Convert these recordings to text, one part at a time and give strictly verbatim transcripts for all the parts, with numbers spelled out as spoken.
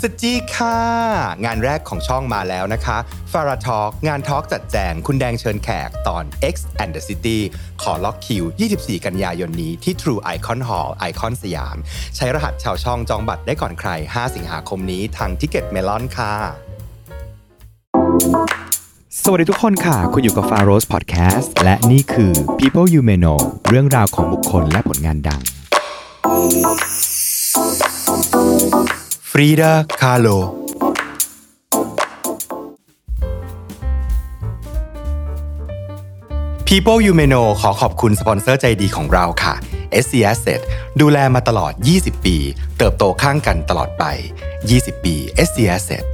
สจีค่ะงานแรกของช่องมาแล้วนะคะ Farah Talk งานทอล์กจัดแจงคุณแดงเชิญแขกตอน X and the City ขอล็อกคิวยี่สิบสี่กันยายนนี้ที่ True Icon Hall ไอคอนสยามใช้รหัสชาวช่องจองบัตรได้ก่อนใครห้าสิงหาคมนี้ทาง Ticket Melon ค่ะสวัสดีทุกคนค่ะคุณอยู่กับ Faros Podcast และนี่คือ People You May Know เรื่องราวของบุคคลและผลงานดัง Frida Kahlo People You May Know ขอขอบคุณสปอนเซอร์ใจดีของเราค่ะ เอส ซี Asset ดูแลมาตลอดยี่สิบปีเติบโตข้างกันตลอดไปยี่สิบปี เอส ซี Asset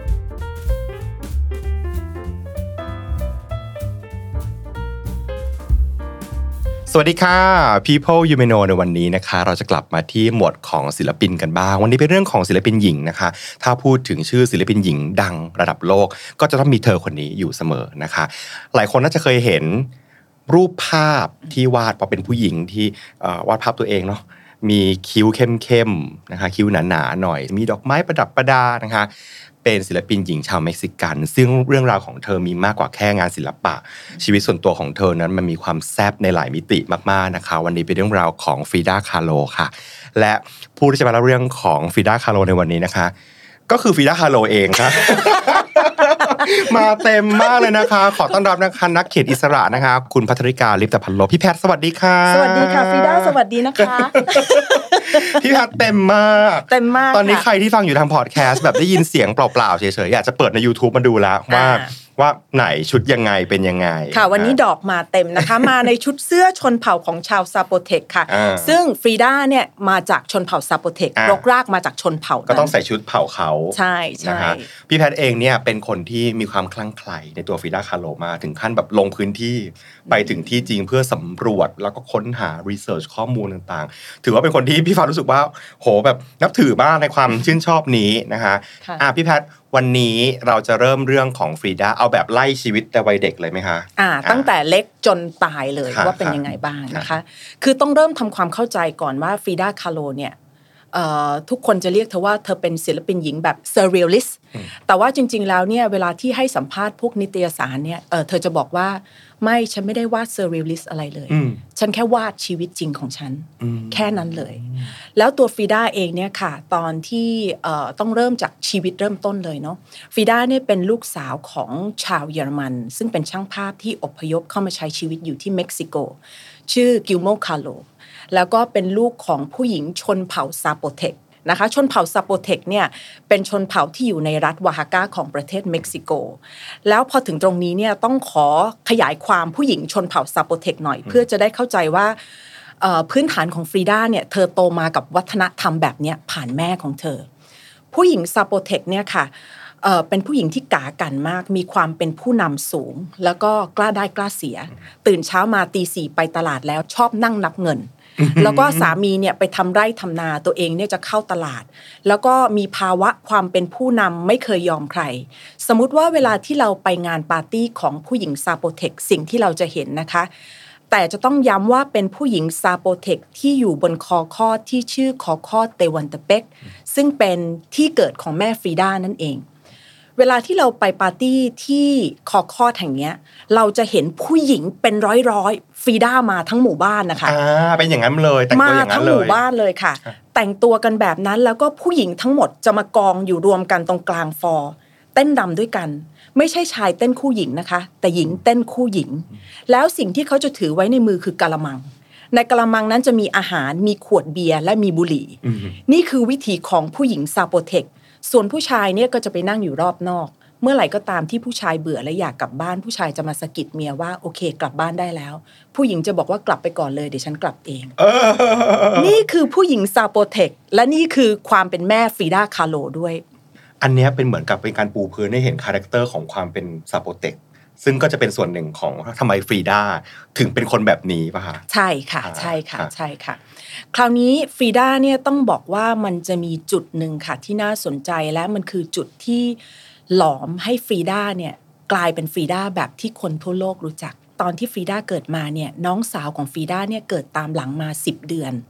สวัสดีค่ะ People You May Know ในวันนี้นะคะเราจะกลับมาที่หมวดของศิลปินกันบ้างวันนี้เป็นเรื่องของศิลปินหญิงนะคะถ้าพูดถึงชื่อศิลปินหญิงดังระดับโลกก็จะต้องมีเธอคนนี้อยู่เสมอนะคะหลายคนน่าจะเคยเห็นรูปภาพที่วาดพอเป็นผู้หญิงที่วาดภาพตัวเองเนาะมีคิ้วเข้มๆนะคะคิ้วหนาๆหน่อยมีดอกไม้ประดับประดานะคะเป็นศิลปินหญิงชาวเม็กซิกันซึ่งเรื่องราวของเธอมีมากกว่าแค่งานศิลปะชีวิตส่วนตัวของเธอนั้นมันมีความแซ่บในหลายมิติมากๆนะคะวันนี้เป็นเรื่องราวของฟรีดาคาร์โลค่ะและผู้ที่จะมาเล่าเรื่องของฟรีดาคาร์โลในวันนี้นะคะก็คือฟรีดาคาร์โลเองค่ะ มาเต็มมากเลยนะคะขอต้อนรับนะคะนักเขียนอิสระนะคะคุณภัทริกาลิปตพันลบพี่แพทสวัสดีค่ะสวัสดีค่ะฟรีดาสวัสดีนะคะพี่แพทเต็มมากเต็มมากตอนนี้ใครที่ฟังอยู่ทางพอดแคสต์แบบได้ยินเสียงเปล่าๆเฉยๆอยากจะเปิดใน YouTube มาดูแล้วว่าว่าไหนชุดยังไงเป็นยังไงค่ะวันนี้ดอกมาเต็มนะคะมาในชุดเสื้อชนเผ่าของชาวซาโปเทคค่ะซึ่งฟรีดาเนี่ยมาจากชนเผ่าซาโปเทครกรากมาจากชนเผ่าก็ต้องใส่ชุดเผ่าเขาใช่ใช่พี่แพทเองเนี่ยเป็นคนที่มีความคลั่งไคล้ในตัวฟรีดาคาร์โลมาถึงขั้นแบบลงพื้นที่ไปถึงที่จริงเพื่อสำรวจแล้วก็ค้นหารีเสิร์ชข้อมูลต่างๆถือว่าเป็นคนที่พี่ฟ้ารู้สึกว่าโหแบบนับถือมากในความชื่นชอบนี้นะคะอ่ะพี่แพทวันนี้เราจะเริ่มเรื่องของฟรีดาเอาแบบไล่ชีวิตแต่วัยเด็กเลยไหมคะอ่าตั้งแต่เล็กจนตายเลยว่าเป็นยังไงบ้างนะคะคือต้องเริ่มทำความเข้าใจก่อนว่าฟรีดาคาร์โลเนี่ยทุกคนจะเรียกเธอว่าเธอเป็นศิลปินหญิงแบบเซอร์เรียลลิสต์แต่ว่าจริงๆแล้วเนี่ยเวลาที่ให้สัมภาษณ์พวกนิตยสารเนี่ยเออเธอจะบอกว่าไม่ฉันไม่ได้วาดเซอร์เรียลลิสต์อะไรเลยฉันแค่วาดชีวิตจริงของฉันแค่นั้นเลยแล้วตัวฟรีดาเองเนี่ยค่ะตอนที่ต้องเริ่มจากชีวิตเริ่มต้นเลยเนาะฟรีดาเนี่ยเป็นลูกสาวของชาวเยอรมันซึ่งเป็นช่างภาพที่อพยพเข้ามาใช้ชีวิตอยู่ที่เม็กซิโกชื่อกิลโมคาร์โลแล้วก็เป็นลูกของผู้หญิงชนเผ่าซาโปเทคนะคะชนเผ่าซาโปเทคเนี่ยเป็นชนเผ่าที่อยู่ในรัฐวาฮาก้าของประเทศเม็กซิโกแล้วพอถึงตรงนี้เนี่ยต้องขอขยายความผู้หญิงชนเผ่าซาโปเทคหน่อยเพื่อจะได้เข้าใจว่าพื้นฐานของฟรีดาเนี่ยเธอโตมากับวัฒนธรรมแบบนี้ผ่านแม่ของเธอผู้หญิงซาโปเทคเนี่ยค่ะเอ่อเป็นผู้หญิงที่กากันมากมีความเป็นผู้นำสูงแล้วก็กล้าได้กล้าเสียตื่นเช้ามาตีสี่ไปตลาดแล้วชอบนั่งนับเงินแล้วก็สามีเนี่ยไปทำไร่ทำนาตัวเองเนี่ยจะเข้าตลาดแล้วก็มีภาวะความเป็นผู้นำไม่เคยยอมใครสมมุติว่าเวลาที่เราไปงานปาร์ตี้ของผู้หญิงซาโปเทคสิ่งที่เราจะเห็นนะคะแต่จะต้องย้ำว่าเป็นผู้หญิงซาโปเทคที่อยู่บนคอคอดที่ชื่อคอคอดเตวันตะเป็กซึ่งเป็นที่เกิดของแม่ฟรีดานั่นเองเวลาที่เราไปปาร์ตี้ที่คอคอดแห่งเนี้ยเราจะเห็นผู้หญิงเป็นร้อยๆฟรีดามาทั้งหมู่บ้านนะคะอ่าเป็นอย่างนั้นเลยแต่งตัวอย่างนั้นเลยมาทั้งหมู่บ้านเลยค่ะแต่งตัวกันแบบนั้นแล้วก็ผู้หญิงทั้งหมดจะมากองอยู่รวมกันตรงกลางฟอร์เต้นรำด้วยกันไม่ใช่ชายเต้นคู่หญิงนะคะแต่หญิงเต้นคู่หญิงแล้วสิ่งที่เขาจะถือไว้ในมือคือกะละมังในกะละมังนั้นจะมีอาหารมีขวดเบียร์และมีบุหรี่นี่คือวิถีของผู้หญิงซาโปเทคส่วนผู้ชายเนี่ยก็จะไปนั่งอยู่รอบนอกเมื่อไหร่ก็ตามที่ผู้ชายเบื่อและอยากกลับบ้านผู้ชายจะมาสะกิดเมียว่าโอเคกลับบ้านได้แล้วผู้หญิงจะบอกว่ากลับไปก่อนเลยเดี๋ยวฉันกลับเอง นี่คือผู้หญิงซาโปเทคและนี่คือความเป็นแม่ฟรีดาคาร์โลด้วยอันนี้เป็นเหมือนกับเป็นการปูพื้นให้เห็นคาแรคเตอร์ของความเป็นซาโปเทคซึ่งก็จะเป็นส่วนหนึ่งของทำไมฟรีดาถึงเป็นคนแบบนี้ป่ะคะใช่ค่ะใช่ค่ะใช่ค่ะคราวนี้ฟรีดาเนี่ยต้องบอกว่ามันจะมีจุดหนึ่งค่ะที่น่าสนใจและมันคือจุดที่หลอมให้ฟรีดาเนี่ยกลายเป็นฟรีดาแบบที่คนทั่วโลกรู้จักตอนที่ฟรีดาเกิดมาเนี่ยน้องสาวของฟรีดาเนี่ยเกิดตามหลังมาสิบเดือน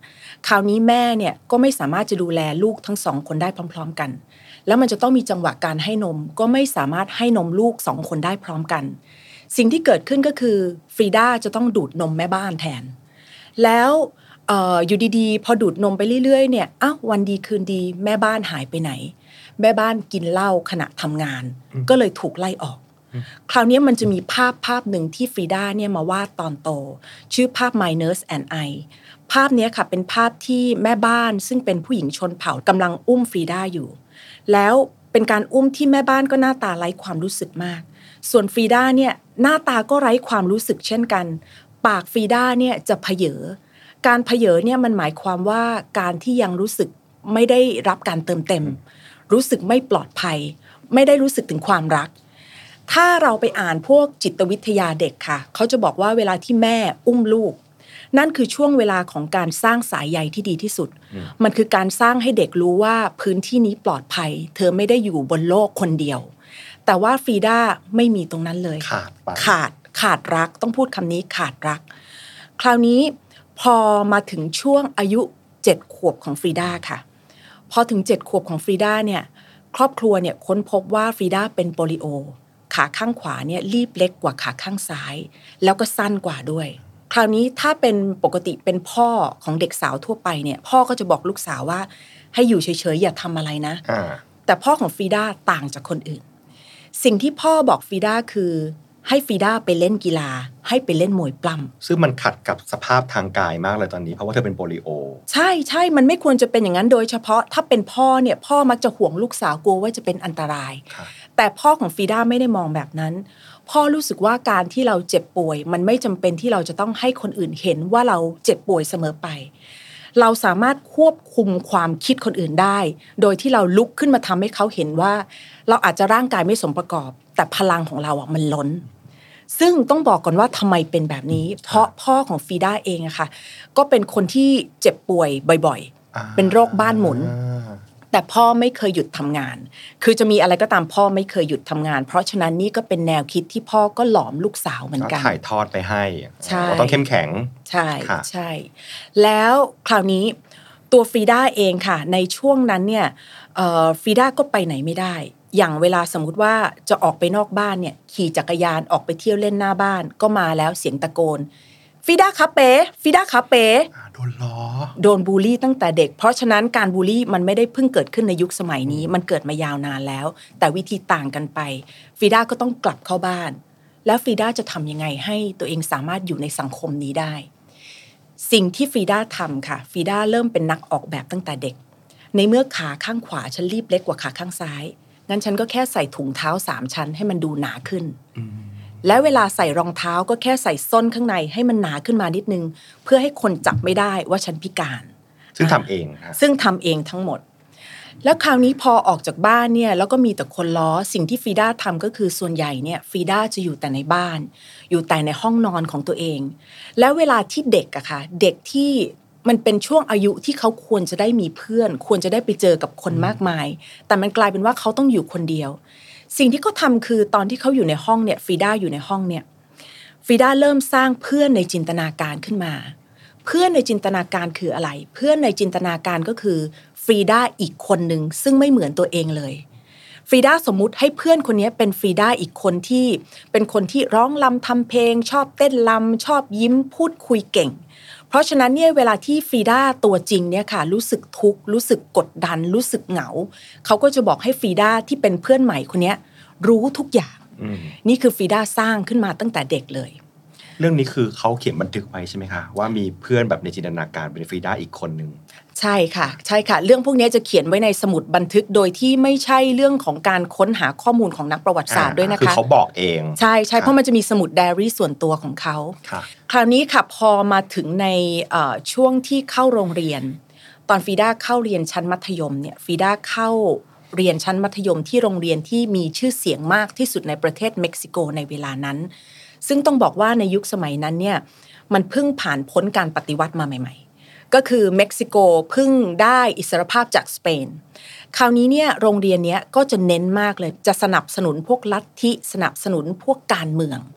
คราวนี้แม่เนี่ยก็ไม่สามารถจะดูแลลูกทั้งสองคนได้พร้อมๆกันแล้วมันจะต้องมีจังหวะการให้นมก็ไม่สามารถให้นมลูกสองคนได้พร้อมกันสิ่งที่เกิดขึ้นก็คือฟรีด้าจะต้องดูดนมแม่บ้านแทนแล้วเอ่ออยู่ดีๆพอดูดนมไปเรื่อยๆเนี่ยอ้าววันดีคืนดีแม่บ้านหายไปไหนแม่บ้านกินเหล้าขณะทำงานก็เลยถูกไล่ออกคราวนี้มันจะมีภาพภาพหนึ่งที่ฟรีด้าเนี่ยมาวาดตอนโตชื่อภาพ My Nurse and I ภาพนี้ค่ะเป็นภาพที่แม่บ้านซึ่งเป็นผู้หญิงชนเผ่ากำลังอุ้มฟรีด้าอยู่แล้วเป็นการอุ้มที่แม่บ้านก็หน้าตาไร้ความรู้สึกมากส่วนฟรีด้าเนี่ยหน้าตาก็ไร้ความรู้สึกเช่นกันปากฟรีด้าเนี่ยจะเผยการเผยเนี่ยมันหมายความว่าการที่ยังรู้สึกไม่ได้รับการเติมเต็มรู้สึกไม่ปลอดภัยไม่ได้รู้สึกถึงความรักถ้าเราไปอ่านพวกจิตวิทยาเด็กค่ะเขาจะบอกว่าเวลาที่แม่อุ้มลูกนั่นคือช่วงเวลาของการสร้างสายใยที่ดีที่สุดมันคือการสร้างให้เด็กรู้ว่าพื้นที่นี้ปลอดภัยเธอไม่ได้อยู่บนโลกคนเดียวแต่ว่าฟรีด้าไม่มีตรงนั้นเลยขาดขาดขาดรักต้องพูดคำนี้ขาดรักคราวนี้พอมาถึงช่วงอายุเจ็ดขวบของฟรีด้าค่ะพอถึงเจ็ดขวบของฟรีด้าเนี่ยครอบครัวเนี่ยค้นพบว่าฟรีด้าเป็นโปลิโอขาข้างขวาเนี่ยรีบเล็กกว่าขาข้างซ้ายแล้วก็สั้นกว่าด้วยคราวนี้ถ้าเป็นปกติเป็นพ่อของเด็กสาวทั่วไปเนี่ยพ่อก็จะบอกลูกสาวว่าให้อยู่เฉยๆอย่าทำอะไรนะแต่พ่อของฟรีด้าต่างจากคนอื่นสิ่งที่พ่อบอกฟรีด้าคือให้ฟรีด้าไปเล่นกีฬาให้ไปเล่นมวยปล้ำซึ่งมันขัดกับสภาพทางกายมากเลยตอนนี้เพราะว่าเธอเป็นโปลิโอใช่ใช่มันไม่ควรจะเป็นอย่างนั้นโดยเฉพาะถ้าเป็นพ่อเนี่ยพ่อมักจะห่วงลูกสาวกลัวว่าจะเป็นอันตรายแต่พ่อของฟรีด้าไม่ได้มองแบบนั้นพ่อรู้สึกว่าการที่เราเจ็บป่วยมันไม่จำเป็นที่เราจะต้องให้คนอื่นเห็นว่าเราเจ็บป่วยเสมอไปเราสามารถควบคุมความคิดคนอื่นได้โดยที่เราลุกขึ้นมาทำให้เขาเห็นว่าเราอาจจะร่างกายไม่สมประกอบแต่พลังของเราอ่ะมันล้นซึ่งต้องบอกก่อนว่าทำไมเป็นแบบนี้เพราะพ่อของฟรีด้าเองอะค่ะก็เป็นคนที่เจ็บป่วยบ่อยๆเป็นโรคบ้านหมุนแต่พ่อไม่เคยหยุดทำงานคือจะมีอะไรก็ตามพ่อไม่เคยหยุดทำงานเพราะฉะนั้นนี่ก็เป็นแนวคิดที่พ่อก็หลอมลูกสาวเหมือนกันถ่ายทอดไปให้ต้องเข้มแข็งใช่ใช่แล้วคราวนี้ตัวฟรีด้าเองค่ะในช่วงนั้นเนี่ยฟรีด้าก็ไปไหนไม่ได้อย่างเวลาสมมุติว่าจะออกไปนอกบ้านเนี่ยขี่จักรยานออกไปเที่ยวเล่นหน้าบ้านก็มาแล้วเสียงตะโกนฟีด้าคาเป้ฟีด้าคาเป้โดนล้อโดนบูลลี่ตั้งแต่เด็กเพราะฉะนั้นการบูลลี่มันไม่ได้เพิ่งเกิดขึ้นในยุคสมัยนี้มันเกิดมายาวนานแล้วแต่วิธีต่างกันไปฟีด้าก็ต้องกลับเข้าบ้านแล้วฟีด้าจะทำยังไงให้ตัวเองสามารถอยู่ในสังคมนี้ได้สิ่งที่ฟีด้าทำค่ะฟีด้าเริ่มเป็นนักออกแบบตั้งแต่เด็กในเมื่อขาข้างขวาฉันรีบเล็กกว่าขาข้างซ้ายงั้นฉันก็แค่ใส่ถุงเท้าสามชั้นให้มันดูหนาขึ้นและเวลาใส่รองเท้าก็แค่ใส่ส้นข้างในให้มันหนาขึ้นมานิดนึงเพื่อให้คนจับไม่ได้ว่าฉันพิการซึ่งทำเองซึ่งทำเองทั้งหมดแล้วคราวนี้พอออกจากบ้านเนี่ยแล้วก็มีแต่คนล้อสิ่งที่ฟรีด้าทำก็คือส่วนใหญ่เนี่ยฟรีด้าจะอยู่แต่ในบ้านอยู่แต่ในห้องนอนของตัวเองแล้วเวลาที่เด็กอะค่ะเด็กที่มันเป็นช่วงอายุที่เขาควรจะได้มีเพื่อนควรจะได้ไปเจอกับคนมากมายแต่มันกลายเป็นว่าเขาต้องอยู่คนเดียวสิ่งที่เขาทำคือตอนที่เขาอยู่ในห้องเนี่ยฟรีด้าอยู่ในห้องเนี่ยฟรีด้าเริ่มสร้างเพื่อนในจินตนาการขึ้นมาเพื่อนในจินตนาการคืออะไรเพื่อนในจินตนาการก็คือฟรีด้าอีกคนนึงซึ่งไม่เหมือนตัวเองเลยฟรีด้าสมมุติให้เพื่อนคนนี้เป็นฟรีด้าอีกคนที่เป็นคนที่ร้องรำทำเพลงชอบเต้นรำชอบยิ้มพูดคุยเก่งเพราะฉะนั้นเนี่ยเวลาที่ฟรีด้าตัวจริงเนี่ยค่ะรู้สึกทุกข์รู้สึกกดดันรู้สึกเหงาเขาก็จะบอกให้ฟรีด้าที่เป็นเพื่อนใหม่คนนี้รู้ทุกอย่างนี่คือฟรีด้าสร้างขึ้นมาตั้งแต่เด็กเลยเรื่องนี้คือเขาเขียนบันทึกไว้ใช่ไหมคะว่ามีเพื่อนแบบในจินตนาการเป็นฟรีด้าอีกคนนึงใช่ค่ะใช่ค่ะเรื่องพวกนี้จะเขียนไว้ในสมุดบันทึกโดยที่ไม่ใช่เรื่องของการค้นหาข้อมูลของนักประวัติศาสตร์ด้วยนะคะคือเขาบอกเองใช่ใช่เพราะมันจะมีสมุดไดอารี่ส่วนตัวของเขาคราวนี้ค่ะพอมาถึงในช่วงที่เข้าโรงเรียนตอนฟรีด้าเข้าเรียนชั้นมัธยมเนี่ยฟรีด้าเข้าเรียนชั้นมัธยมที่โรงเรียนที่มีชื่อเสียงมากที่สุดในประเทศเม็กซิโกในเวลานั้นซึ่งต้องบอกว่าในยุคสมัยนั้นเนี่ยมันเพิ่งผ่านพ้นการปฏิวัติมาใหม่ๆก็คือเม็กซิโกเพิ่งได้อิสรภาพจากสเปนคราวนี้เนี่ยโรงเรียนเนี้ยก็จะเน้นมากเลยจะสนับสนุนพวกลัทธิสนับสนุนพวกการเมือง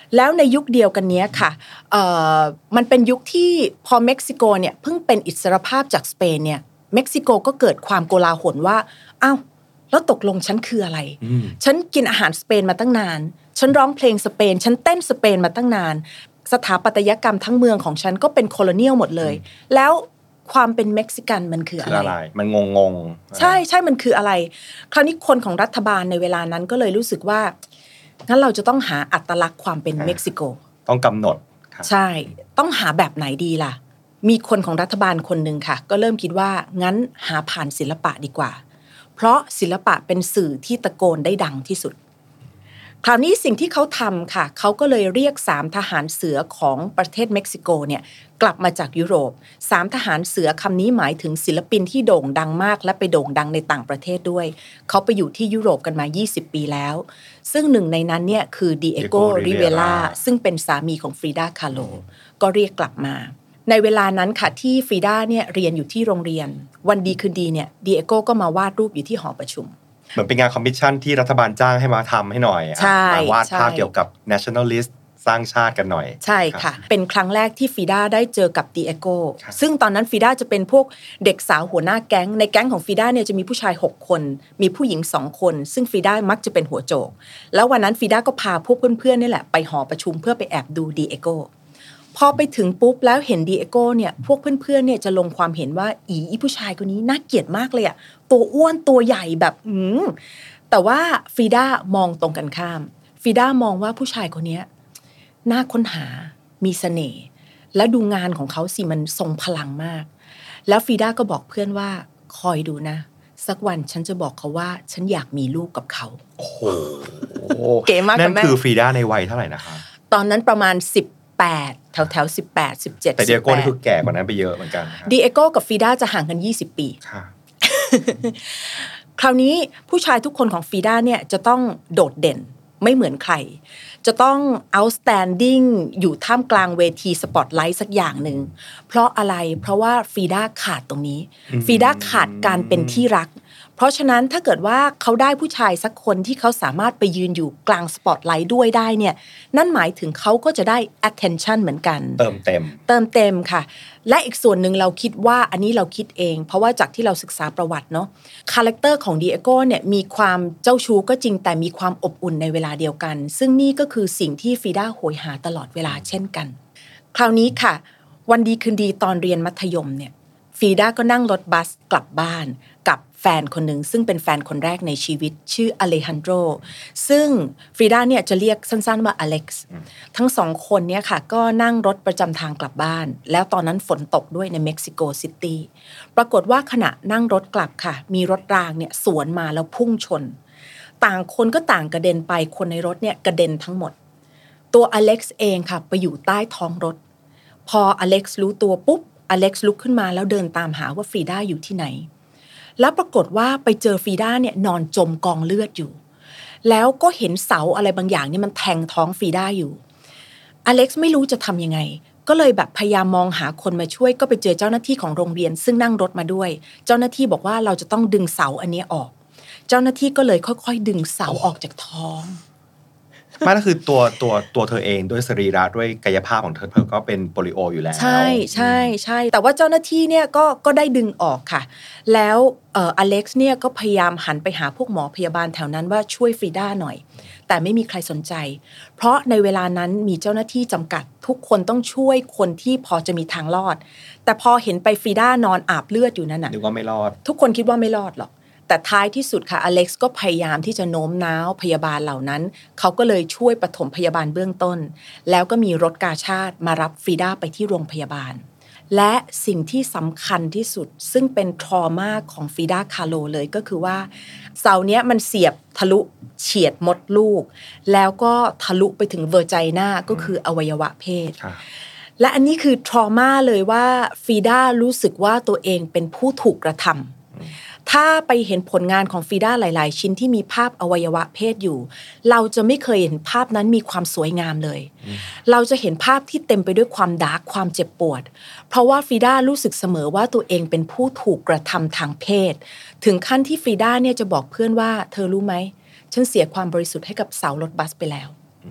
แล้วในยุคเดียวกันนี้ค่ะเอ่อมันเป็นยุคที่พอเม็กซิโกเนี่ยเพิ่งเป็นอิสรภาพจากสเปนเนี่ยเม็กซิโกก็เกิดความโกลาหลว่าอ้าวแล้วตกลงฉันคืออะไรฉันกินอาหารสเปนมาตั้งนานฉันร้องเพลงสเปนฉันเต้นสเปนมาตั้งนานสถาปัตยกรรมทั้งเมืองของฉันก็เป็นโคโลเนียลหมดเลยแล้วความเป็นเม็กซิกันมันคืออะไรมันงงงใช่ใช่มันคืออะไรคราวนี้คนของรัฐบาลในเวลานั้นก็เลยรู้สึกว่างั้นเราจะต้องหาอัตลักษณ์ความเป็นเม็กซิโกต้องกำหนดใช่ต้องหาแบบไหนดีล่ะมีคนของรัฐบาลคนหนึ่งค่ะก็เริ่มคิดว่างั้นหาผ่านศิลปะดีกว่าเพราะศิลปะเป็นสื่อที่ตะโกนได้ดังที่สุดคราวนี้สิ่งที่เขาทำค่ะเขาก็เลยเรียกสามทหารเสือของประเทศเม็กซิโกเนี่ยกลับมาจากยุโรปสามทหารเสือคำนี้หมายถึงศิลปินที่โด่งดังมากและไปโด่งดังในต่างประเทศด้วยเขาไปอยู่ที่ยุโรปกันมายี่สิบปีแล้วซึ่งหนึ่งในนั้นเนี่ยคือดิเอโกริเวล่าซึ่งเป็นสามีของฟรีดาคาโลก็เรียกกลับมาในเวลานั้นค่ะที่ฟรีดาเนี่ยเรียนอยู่ที่โรงเรียนวันดีคืนดีเนี่ยดิเอโกก็มาวาดรูปอยู่ที่หอประชุมเหมือนเป็นงานคอมมิชชั่นที่รัฐบาลจ้างให้มาทำให้หน่อยมาวาดภาพเกี่ยวกับ nationalist สร้างชาติกันหน่อยใช่ค่ะเป็นครั้งแรกที่ฟรีดาได้เจอกับดิเอโกซึ่งตอนนั้นฟรีดาจะเป็นพวกเด็กสาวหัวหน้าแก๊งในแก๊งของฟรีดาเนี่ยจะมีผู้ชายหกคนมีผู้หญิงสองคนซึ่งฟรีดามักจะเป็นหัวโจกแล้ววันนั้นฟรีดาก็พาพวกเพื่อนๆนี่แหละไปหอประชุมเพื่อไปแอบดูดิเอโกพอไปถึงปุ๊บแล้วเห็นดิเอโกเนี่ยพวกเพื่อนๆเนี่ยจะลงความเห็นว่าอีอีผู้ชายคนนี้น่าเกลียดมากเลยอะตัวอ้วนตัวใหญ่แบบอืมแต่ว่าฟรีดามองตรงกันข้ามฟรีดามองว่าผู้ชายคนนี้น่าค้นหามีเสน่ห์และดูงานของเขาสิมันทรงพลังมากแล้วฟรีดาก็บอกเพื่อนว่าคอยดูนะสักวันฉันจะบอกเขาว่าฉันอยากมีลูกกับเขาโอ้โหเก๋มากนั่นคือฟรีดาในวัยเท่าไหร่นะคะตอนนั้นประมาณสิบแปดแถวแถวสิบแปด สิบเจ็ดแต่ดิเอโก้นี่คือแก่กว่านั้นไปเยอะเหมือนกันดิเอโก้กับฟรีดาจะห่างกันยี่สิบปีค่ะ คราวนี้ผู้ชายทุกคนของฟรีดาเนี่ยจะต้องโดดเด่นไม่เหมือนใครจะต้อง outstanding อยู่ท่ามกลางเวทีสปอตไลท์สักอย่างหนึ่งเพราะอะไรเพราะว่าฟรีดาขาดตรงนี้ฟรีดาขาดการเป็นที่รักเพราะฉะนั้นถ้าเกิดว่าเขาได้ผู้ชายสักคนที่เขาสามารถไปยืนอยู่กลางสปอตไลท์ด้วยได้เนี่ยนั่นหมายถึงเขาก็จะได้ attention เหมือนกันเติมเต็มเติมเต็มค่ะและอีกส่วนหนึ่งเราคิดว่าอันนี้เราคิดเองเพราะว่าจากที่เราศึกษาประวัติเนาะคาแรคเตอร์ของดิเอโกเนี่ยมีความเจ้าชู้ก็จริงแต่มีความอบอุ่นในเวลาเดียวกันซึ่งนี่ก็คือสิ่งที่ฟรีดาโหยหาตลอดเวลาเช่นกันคราวนี้ค่ะวันดีคืนดีตอนเรียนมัธยมเนี่ยฟรีดาก็นั่งรถบัสกลับบ้านกับแฟนคนหนึ่งซึ่งเป็นแฟนคนแรกในชีวิตชื่ออเลฮันโดรซึ่งฟรีดาเนี่ยจะเรียกสั้นๆว่าอเล็กซ์ทั้งสองคนเนี่ยค่ะก็นั่งรถประจำทางกลับบ้านแล้วตอนนั้นฝนตกด้วยในเม็กซิโกซิตี้ปรากฏว่าขณะนั่งรถกลับค่ะมีรถรางเนี่ยสวนมาแล้วพุ่งชนต่างคนก็ต่างกระเด็นไปคนในรถเนี่ยกระเด็นทั้งหมดตัวอเล็กซ์เองค่ะไปอยู่ใต้ท้องรถพออเล็กซ์รู้ตัวปุ๊บอเล็กซ์ลุกขึ้นมาแล้วเดินตามหาว่าฟรีดาอยู่ที่ไหนแล้วปรากฏว่าไปเจอฟรีดาเนี่ยนอนจมกองเลือดอยู่แล้วก็เห็นเสาอะไรบางอย่างนี่มันแทงท้องฟรีดาอยู่อเล็กซ์ไม่รู้จะทำยังไงก็เลยแบบพยายามมองหาคนมาช่วยก็ไปเจอเจ้าหน้าที่ของโรงเรียนซึ่งนั่งรถมาด้วยเจ้าหน้าที่บอกว่าเราจะต้องดึงเสาอันนี้ออกเจ้าหน้าที่ก็เลยค่อยๆดึงเสาออกจากท้องไม่ก็คือตัวตัวตัวเธอเองด้วยสรีระด้วยกายภาพของเธอเธอก็เป็นโปลิโออยู่แล้วใช่ใช่ใช่แต่ว่าเจ้าหน้าที่เนี่ยก็ก็ได้ดึงออกค่ะแล้วเอ่ออเล็กซ์เนี่ยก็พยายามหันไปหาพวกหมอพยาบาลแถวนั้นว่าช่วยฟรีดาหน่อยแต่ไม่มีใครสนใจเพราะในเวลานั้นมีเจ้าหน้าที่จำกัดทุกคนต้องช่วยคนที่พอจะมีทางรอดแต่พอเห็นไปฟรีดานอนอาบเลือดอยู่นั่นน่ะนึกว่าไม่รอดทุกคนคิดว่าไม่รอดหรอกแต่ท้ายที่สุดค่ะอเล็กซ์ก็พยายามที่จะโน้มน้าวพยาบาลเหล่านั้นเขาก็เลยช่วยปฐมพยาบาลเบื้องต้นแล้วก็มีรถกาชาดมารับฟรีดาไปที่โรงพยาบาลและสิ่งที่สำคัญที่สุดซึ่งเป็นทรมาของฟรีดาคาโลเลยก็คือว่าเสาเนี้ยมันเสียบทะลุเฉียดมดลูกแล้วก็ทะลุไปถึงเวอร์ไจน่าก็คืออวัยวะเพศและอันนี้คือทรมาเลยว่าฟรีดารู้สึกว่าตัวเองเป็นผู้ถูกกระทำถ้าไปเห็นผลงานของฟรีดาหลายๆชิ้นที่มีภาพอวัยวะเพศอยู่เราจะไม่เคยเห็นภาพนั้นมีความสวยงามเลยเราจะเห็นภาพที่เต็มไปด้วยความดาร์กความเจ็บปวดเพราะว่าฟรีดารู้สึกเสมอว่าตัวเองเป็นผู้ถูกกระทำทางเพศถึงขั้นที่ฟรีดาเนี่ยจะบอกเพื่อนว่าเธอรู้ไหมฉันเสียความบริสุทธิ์ให้กับเสารถบัสไปแล้ว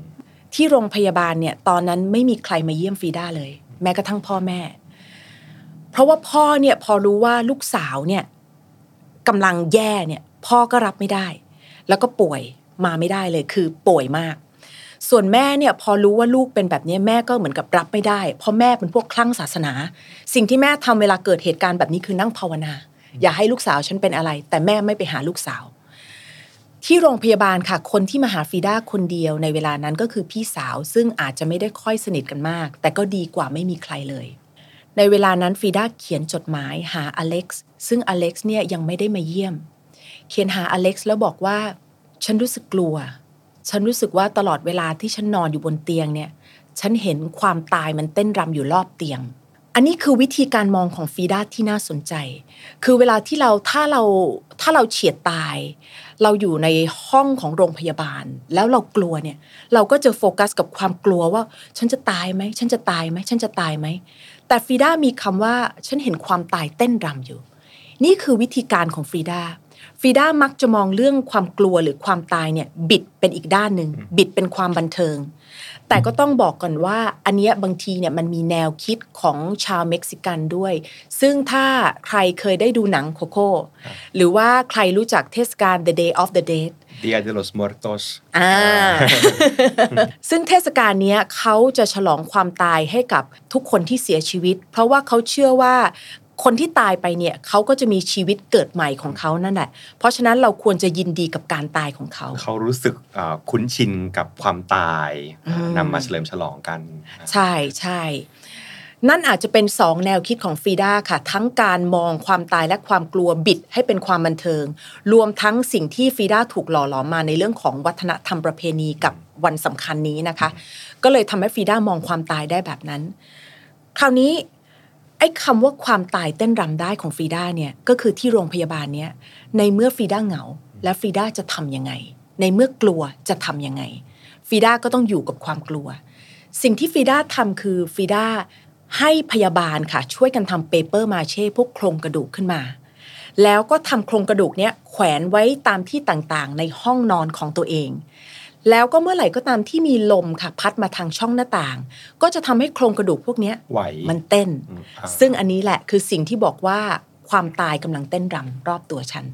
ที่โรงพยาบาลเนี่ยตอนนั้นไม่มีใครมาเยี่ยมฟรีด้าเลยแม้กระทั่งพ่อแม่เพราะว่าพ่อเนี่ยพอรู้ว่าลูกสาวเนี่ยกำลังแย่เนี่ยพ่อก็รับไม่ได้แล้วก็ป่วยมาไม่ได้เลยคือป่วยมากส่วนแม่เนี่ยพอรู้ว่าลูกเป็นแบบนี้แม่ก็เหมือนกับรับไม่ได้เพราะแม่เป็นพวกคลั่งศาสนาสิ่งที่แม่ทำเวลาเกิดเหตุการณ์แบบนี้คือนั่งภาวนาอย่าให้ลูกสาวฉันเป็นอะไรแต่แม่ไม่ไปหาลูกสาวที่โรงพยาบาลค่ะคนที่มาหาฟรีด้าคนเดียวในเวลานั้นก็คือพี่สาวซึ่งอาจจะไม่ได้ค่อยสนิทกันมากแต่ก็ดีกว่าไม่มีใครเลยในเวลานั้นฟรีด้าเขียนจดหมายหาอเล็กซ์ซึ่งอเล็กซ์เนี่ยยังไม่ได้มาเยี่ยมเขียนหาอเล็กซ์แล้วบอกว่าฉันรู้สึกกลัวฉันรู้สึกว่าตลอดเวลาที่ฉันนอนอยู่บนเตียงเนี่ยฉันเห็นความตายมันเต้นรำอยู่รอบเตียงอันนี้คือวิธีการมองของฟรีด้าที่น่าสนใจคือเวลาที่เราถ้าเราถ้าเราเฉียดตายเราอยู่ในห้องของโรงพยาบาลแล้วเรากลัวเนี่ยเราก็จะโฟกัสกับความกลัวว่าฉันจะตายไหมฉันจะตายไหมฉันจะตายไหมแต่ฟรีด้ามีคำว่าฉันเห็นความตายเต้นรำอยู่นี่คือวิธีการของฟรีด้าฟรีด้ามักจะมองเรื่องความกลัวหรือความตายเนี่ยบิดเป็นอีกด้านหนึ่งบิดเป็นความบันเทิงแต่ก็ต้องบอกก่อนว่าอันเนี้ยบางทีเนี่ยมันมีแนวคิดของชาวเม็กซิกันด้วยซึ่งถ้าใครเคยได้ดูหนังโคโค่หรือว่าใครรู้จักเทศกาล The Day of the Dead Dia de los Muertos อ่า ซึ่งเทศกาลนี้เขาจะฉลองความตายให้กับทุกคนที่เสียชีวิตเพราะว่าเขาเชื่อว่าคนที่ตายไปเนี่ยเขาก็จะมีชีวิตเกิดใหม่ของเขานั่นแหละเพราะฉะนั้นเราควรจะยินดีกับการตายของเขาเขารู้สึกคุ้นชินกับความตายนำมาเฉลิมฉลองกันใช่ใช่นั่นอาจจะเป็นสองแนวคิดของฟรีด้าค่ะทั้งการมองความตายและความกลัวบิดให้เป็นความบันเทิงรวมทั้งสิ่งที่ฟรีด้าถูกหล่อหลอมมาในเรื่องของวัฒนธรรมประเพณีกับวันสำคัญนี้นะคะก็เลยทำให้ฟรีด้ามองความตายได้แบบนั้นคราวนี้ไอ้คำว่าความตายเต้นรำได้ของฟรีด้าเนี่ยก็คือที่โรงพยาบาลเนี้ยในเมื่อฟรีด้าเหงาและฟรีด้าจะทำยังไงในเมื่อกลัวจะทำยังไงฟรีด้าก็ต้องอยู่กับความกลัวสิ่งที่ฟรีด้าทำคือฟรีด้าให้พยาบาลค่ะช่วยกันทำเปเปอร์มาเช่พวกโครงกระดูกขึ้นมาแล้วก็ทำโครงกระดูกเนี้ยแขวนไว้ตามที่ต่างๆในห้องนอนของตัวเองแล้วก็เมื่อไหร่ก็ตามที่มีลมค่ะพัดมาทางช่องหน้าต่างก็จะทำให้โครงกระดูกพวกนี้มันเต้นซึ่งอันนี้แหละคือสิ่งที่บอกว่าความตายกำลังเต้นรำรอบตัวฉัน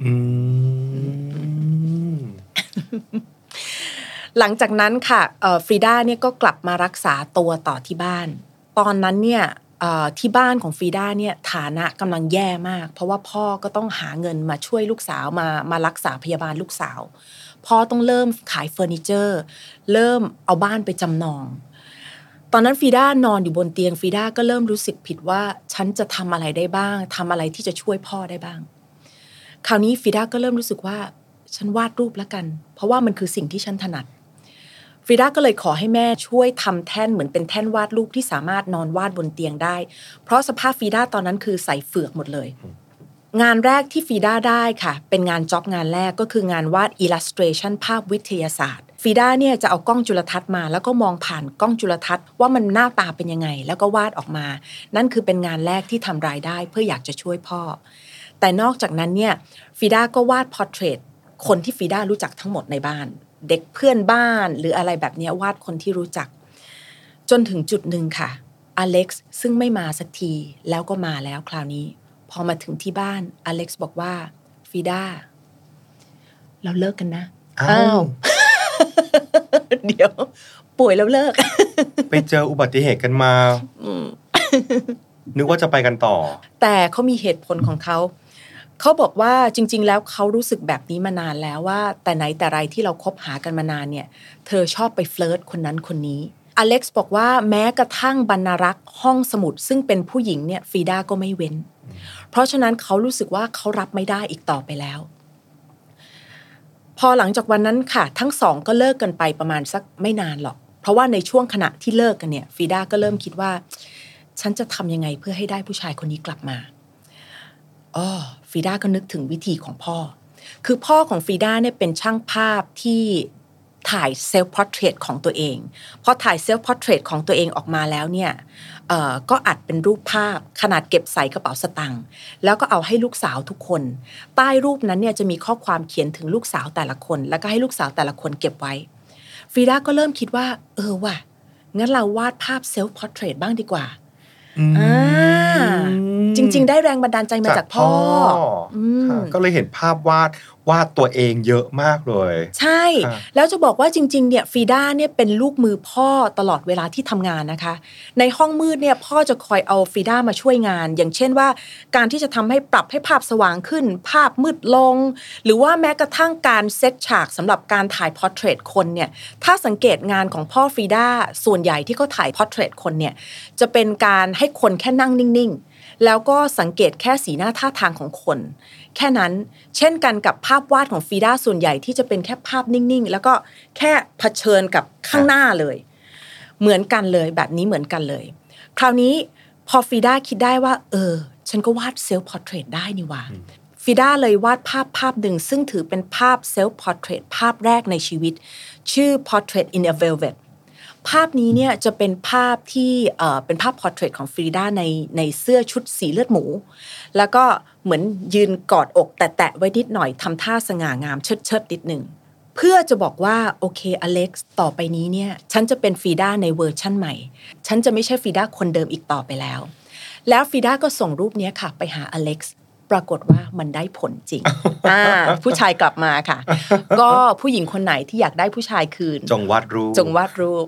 หลังจากนั้นค่ะฟรีด้าเนี่ยก็กลับมารักษาตัวต่อที่บ้านตอนนั้นเนี่ยที่บ้านของฟรีด้าเนี่ยฐานะกำลังแย่มากเพราะว่าพ่อก็ต้องหาเงินมาช่วยลูกสาวมามารักษาพยาบาลลูกสาวพ่อต้องเริ่มขายเฟอร์นิเจอร์เริ่มเอาบ้านไปจำนองตอนนั้นฟรีด้านอนอยู่บนเตียงฟรีด้าก็เริ่มรู้สึกผิดว่าฉันจะทำอะไรได้บ้างทำอะไรที่จะช่วยพ่อได้บ้างคราวนี้ฟรีด้าก็เริ่มรู้สึกว่าฉันวาดรูปแล้วกันเพราะว่ามันคือสิ่งที่ฉันถนัดฟรีด้าก็เลยขอให้แม่ช่วยทำแท่นเหมือนเป็นแท่นวาดรูปที่สามารถนอนวาดบนเตียงได้เพราะสภาพฟรีด้าตอนนั้นคือใส่เฟือกหมดเลยงานแรกที่ฟรีด้าได้ค่ะเป็นงานจ็อบงานแรกก็คืองานวาด illustration ภาพวิทยาศาสตร์ฟรีด้าเนี่ยจะเอากล้องจุลทรรศน์มาแล้วก็มองผ่านกล้องจุลทรรศน์ว่ามันหน้าตาเป็นยังไงแล้วก็วาดออกมานั่นคือเป็นงานแรกที่ทำรายได้เพื่ออยากจะช่วยพ่อแต่นอกจากนั้นเนี่ยฟรีด้าก็วาด portrait คนที่ฟรีด้ารู้จักทั้งหมดในบ้านเด็กเพื่อนบ้านหรืออะไรแบบนี้วาดคนที่รู้จักจนถึงจุดหนึ่งค่ะอเล็กซ์ซึ่งไม่มาสักทีแล้วก็มาแล้วคราวนี้พอมาถึงที่บ้านอเล็กซ์บอกว่าฟรีด้าเราเลิกกันนะอ้าว เดี๋ยวป่วยแล้วเลิกไปเจออุบัติเหตุกันมา นึกว่าจะไปกันต่อแต่เขามีเหตุผลของเขาเขาบอกว่าจริงๆแล้วเขารู้สึกแบบนี้มานานแล้วว่าแต่ไหนแต่ไรที่เราคบหากันมานานเนี่ยเธอชอบไปเฟลิร์ตคนนั้นคนนี้อเล็กซ์บอกว่าแม้กระทั่งบรรณารักษ์ห้องสมุดซึ่งเป็นผู้หญิงเนี่ยฟรีด้าก็ไม่เว้นเพราะฉะนั้นเขารู้สึกว่าเขารับไม่ได้อีกต่อไปแล้วพอหลังจากวันนั้นค่ะทั้งสองก็เลิกกันไปประมาณสักไม่นานหรอกเพราะว่าในช่วงขณะที่เลิกกันเนี่ยฟรีด้าก็เริ่มคิดว่าฉันจะทำยังไงเพื่อให้ได้ผู้ชายคนนี้กลับมาอ๋อฟรีด้าก็นึกถึงวิธีของพ่อคือพ่อของฟรีด้าเนี่ยเป็นช่างภาพที่ถ่ายเซลฟ์พอร์เทรตของตัวเองพอถ่ายเซลฟ์พอร์เทรตของตัวเองออกมาแล้วเนี่ยเอ่อก็อัดเป็นรูปภาพขนาดเก็บใส่กระเป๋าสตางค์แล้วก็เอาให้ลูกสาวทุกคนใต้รูปนั้นเนี่ยจะมีข้อความเขียนถึงลูกสาวแต่ละคนแล้วก็ให้ลูกสาวแต่ละคนเก็บไว้ฟรีด้าก็เริ่มคิดว่าเออว่ะงั้นเราวาดภาพเซลฟ์พอร์เทรตบ้างดีกว่าอ่าจริงๆได้แรงบันดาลใจมาจากพ่อก็เลยเห็นภาพวาดวาดตัวเองเยอะมากเลยใช่แล้วจะบอกว่าจริงๆเนี่ยฟรีด้าเนี่ยเป็นลูกมือพ่อตลอดเวลาที่ทำงานนะคะในห้องมืดเนี่ยพ่อจะคอยเอาฟรีด้ามาช่วยงานอย่างเช่นว่าการที่จะทำให้ปรับให้ภาพสว่างขึ้นภาพมืดลงหรือว่าแม้กระทั่งการเซตฉากสำหรับการถ่ายพอร์เทรตคนเนี่ยถ้าสังเกตงานของพ่อฟรีด้าส่วนใหญ่ที่เขาถ่ายพอร์เทรตคนเนี่ยจะเป็นการให้คนแค่นั่งนิ่งๆแล้วก็สังเกตแค่สีหน้าท่าทางของคนแค่นั้นเช่นกันกับภาพวาดของฟรีด้าส่วนใหญ่ที่จะเป็นแค่ภาพนิ่งๆแล้วก็แค่เผชิญกับข้างหน้าเลยเหมือนกันเลยแบบนี้เหมือนกันเลยคราวนี้พอฟรีด้าคิดได้ว่าเออฉันก็วาดเซลฟ์พอร์เทรตได้นี่ว่าฟรีด้าเลยวาดภาพภาพหนึ่งซึ่งถือเป็นภาพเซลฟ์พอร์เทรตภาพแรกในชีวิตชื่อ Portrait in a Velvetภาพนี้เนี่ยจะเป็นภาพที่เอ่อเป็นภาพพอร์เทรตของฟรีด้าในในเสื้อชุดสีเลือดหมูแล้วก็เหมือนยืนกอดอกแตะๆไว้นิดหน่อยทำท่าสง่างามเชิดๆนิดหนึ่งเพื่อจะบอกว่าโอเคอเล็กซ์ต่อไปนี้เนี่ยฉันจะเป็นฟรีด้าในเวอร์ชั่นใหม่ฉันจะไม่ใช่ฟรีด้าคนเดิมอีกต่อไปแล้วแล้วฟรีด้าก็ส่งรูปนี้ค่ะไปหาอเล็กซ์ปรากฏว่ามันได้ผลจริง อ่าผู้ชายกลับมาค่ะ ก็ผู้หญิงคนไหนที่อยากได้ผู้ชายคืนจงวาดรูปจงวาดรูป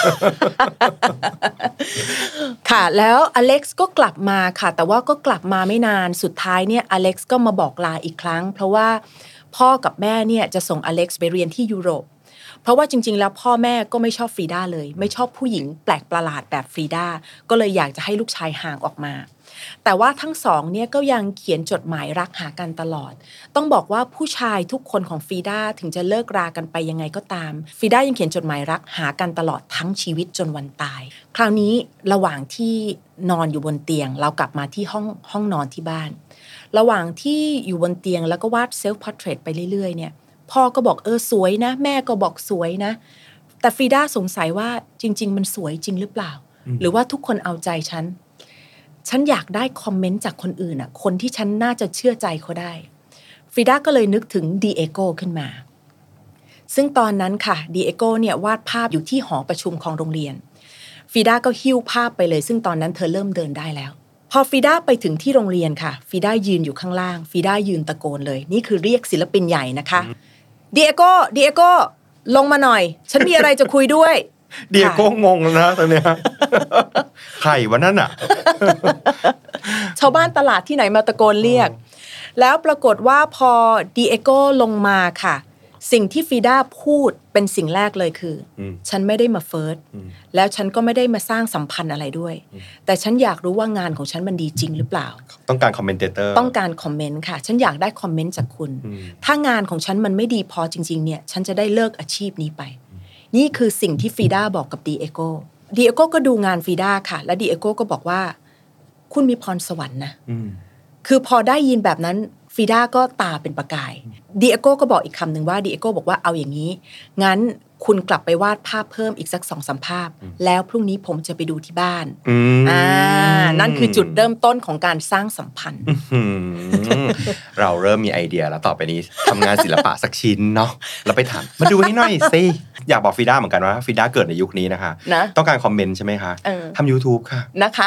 ค่ะแล้วอเล็กซ์ก็กลับมาค่ะแต่ว่าก็กลับมาไม่นานสุดท้ายเนี่ยอเล็กซ์ก็มาบอกลาอีกครั้งเพราะว่าพ่อกับแม่เนี่ยจะส่งอเล็กซ์ไปเรียนที่ยุโรปเพราะว่าจริงๆแล้วพ่อแม่ก็ไม่ชอบฟรีด้าเลยไม่ชอบผู้หญิงแปลกประหลาดแบบฟรีด้าก็เลยอยากจะให้ลูกชายห่างออกมาแต่ว่าทั้งสองเนี่ยก็ยังเขียนจดหมายรักหากันตลอดต้องบอกว่าผู้ชายทุกคนของฟรีด้าถึงจะเลิกรากันไปยังไงก็ตามฟรีด้ายังเขียนจดหมายรักหากันตลอดทั้งชีวิตจนวันตายคราวนี้ระหว่างที่นอนอยู่บนเตียงเรากลับมาที่ห้องห้องนอนที่บ้านระหว่างที่อยู่บนเตียงแล้วก็วาดเซลฟ์พอร์เทรตไปเรื่อยๆเนี่ยพ่อก็บอกเออสวยนะแม่ก็บอกสวยนะแต่ฟรีด้าสงสัยว่าจริงๆมันสวยจริงหรือเปล่าหรือว่าทุกคนเอาใจฉันฉันอยากได้คอมเมนต์จากคนอื่นอ่ะคนที่ฉันน่าจะเชื่อใจเขาได้ฟรีด้าก็เลยนึกถึงดีเอโก้ขึ้นมาซึ่งตอนนั้นค่ะดีเอโก้เนี่ยวาดภาพอยู่ที่หอประชุมของโรงเรียนฟรีด้าก็หิ้วภาพไปเลยซึ่งตอนนั้นเธอเริ่มเดินได้แล้วพอฟรีด้าไปถึงที่โรงเรียนค่ะฟรีด้ายืนอยู่ข้างล่างฟรีด้ายืนตะโกนเลยนี่คือเรียกศิลปินใหญ่นะคะดีเอโก้ดีเอโก้ลงมาหน่อยฉันมีอะไรจะคุยด้วยดีเอโก้งงแล้วนะตอนเนี้ยใครวะนั่นอ่ะชาวบ้านตลาดที่ไหนมาตะโกนเรียกแล้วปรากฏว่าพอดีเอโก้ลงมาค่ะสิ่งที่ฟรีด้าพูดเป็นสิ่งแรกเลยคือฉันไม่ได้มาเฟิร์สแล้วฉันก็ไม่ได้มาสร้างสัมพันธ์อะไรด้วยแต่ฉันอยากรู้ว่างานของฉันมันดีจริงหรือเปล่าต้องการคอมเมนเตเตอร์ต้องการคอมเมนต์ค่ะฉันอยากได้คอมเมนต์จากคุณถ้างานของฉันมันไม่ดีพอจริงๆเนี่ยฉันจะได้เลิกอาชีพนี้ไปนี่คือสิ่งที่ฟรีด้าบอกกับดีเอโก้ดีเอโก้ก็ดูงานฟรีด้าค่ะและดีเอโก้ก็บอกว่าคุณมีพรสวรรค์นะคือพอได้ยินแบบนั้นฟรีด้าก็ตาเป็นประกายดีเอโก้ก็บอกอีกคำหนึ่งว่าดีเอโก้บอกว่าเอาอย่างนี้งั้นคุณกลับไปวาดภาพเพิ่มอีกสักสองสามภาพแล้วพรุ่งนี้ผมจะไปดูที่บ้านอ่านั่นคือจุดเริ่มต้นของการสร้างสัมพันธ์เราเริ่มมีไอเดียแล้วต่อไปนี้ทำงานศิลปะสักชิ้นเนาะเราไปถามมาดูให้หน่อยสิอยากบอกฟรีด้าเหมือนกันว่าฟรีด้าเกิดในยุคนี้นะคะนะต้องการคอมเมนต์ใช่ไหมคะทำ YouTube ค่ะนะคะ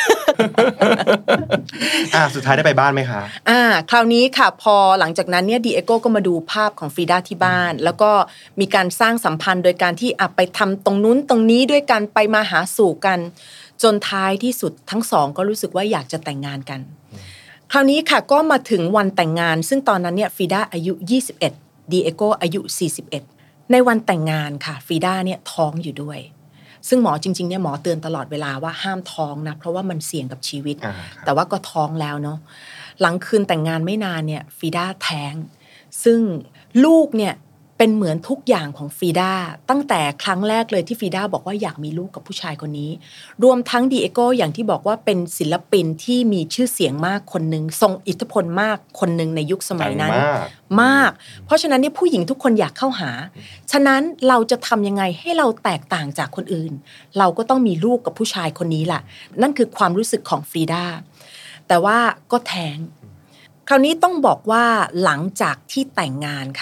อ่าสุดท้ายได้ไปบ้านไหมคะอ่าคราวนี้ค่ะพอหลังจากนั้นเนี่ยดีเอโก้ก็มาดูภาพของฟรีด้าที่บ้านแล้วก็มีการสร้างสัมพันธ์โดยการที่อ่ะไปทำตรงนู้นตรงนี้ด้วยกันไปมาหาสู่กันจนท้ายที่สุดทั้งสองก็รู้สึกว่าอยากจะแต่งงานกันคราวนี้ค่ะก็มาถึงวันแต่งงานซึ่งตอนนั้นเนี่ยฟรีด้าอายุยี่สิบเอ็ดดีเอโก้อายุสี่สิบเอ็ดในวันแต่งงานค่ะฟรีด้าเนี่ยท้องอยู่ด้วยซึ่งหมอจริงๆเนี่ยหมอเตือนตลอดเวลาว่าห้ามท้องนะเพราะว่ามันเสี่ยงกับชีวิตแต่ว่าก็ท้องแล้วเนาะหลังคืนแต่งงานไม่นานเนี่ยฟรีด้าแท้งซึ่งลูกเนี่ยเป็นเหมือนทุกอย่างของฟรีด้าตั้งแต่ครั้งแรกเลยที่ฟรีด้าบอกว่าอยากมีลูกกับผู้ชายคนนี้รวมทั้งดีเอโก้อย่างที่บอกว่าเป็นศิลปินที่มีชื่อเสียงมากคนนึงทรงอิทธิพลมากคนนึงในยุคสมัยนั้นมากเพราะฉะนั้นเนี่ยผู้หญิงทุกคนอยากเข้าหาฉะนั้นเราจะทำยังไงให้เราแตกต่างจากคนอื่นเราก็ต้องมีลูกกับผู้ชายคนนี้ล่ะนั่นคือความรู้สึกของฟรีด้าแต่ว่าก็แท้งคราวนี้ต้องบอกว่าหลังจากที่แต่งงานค่ะ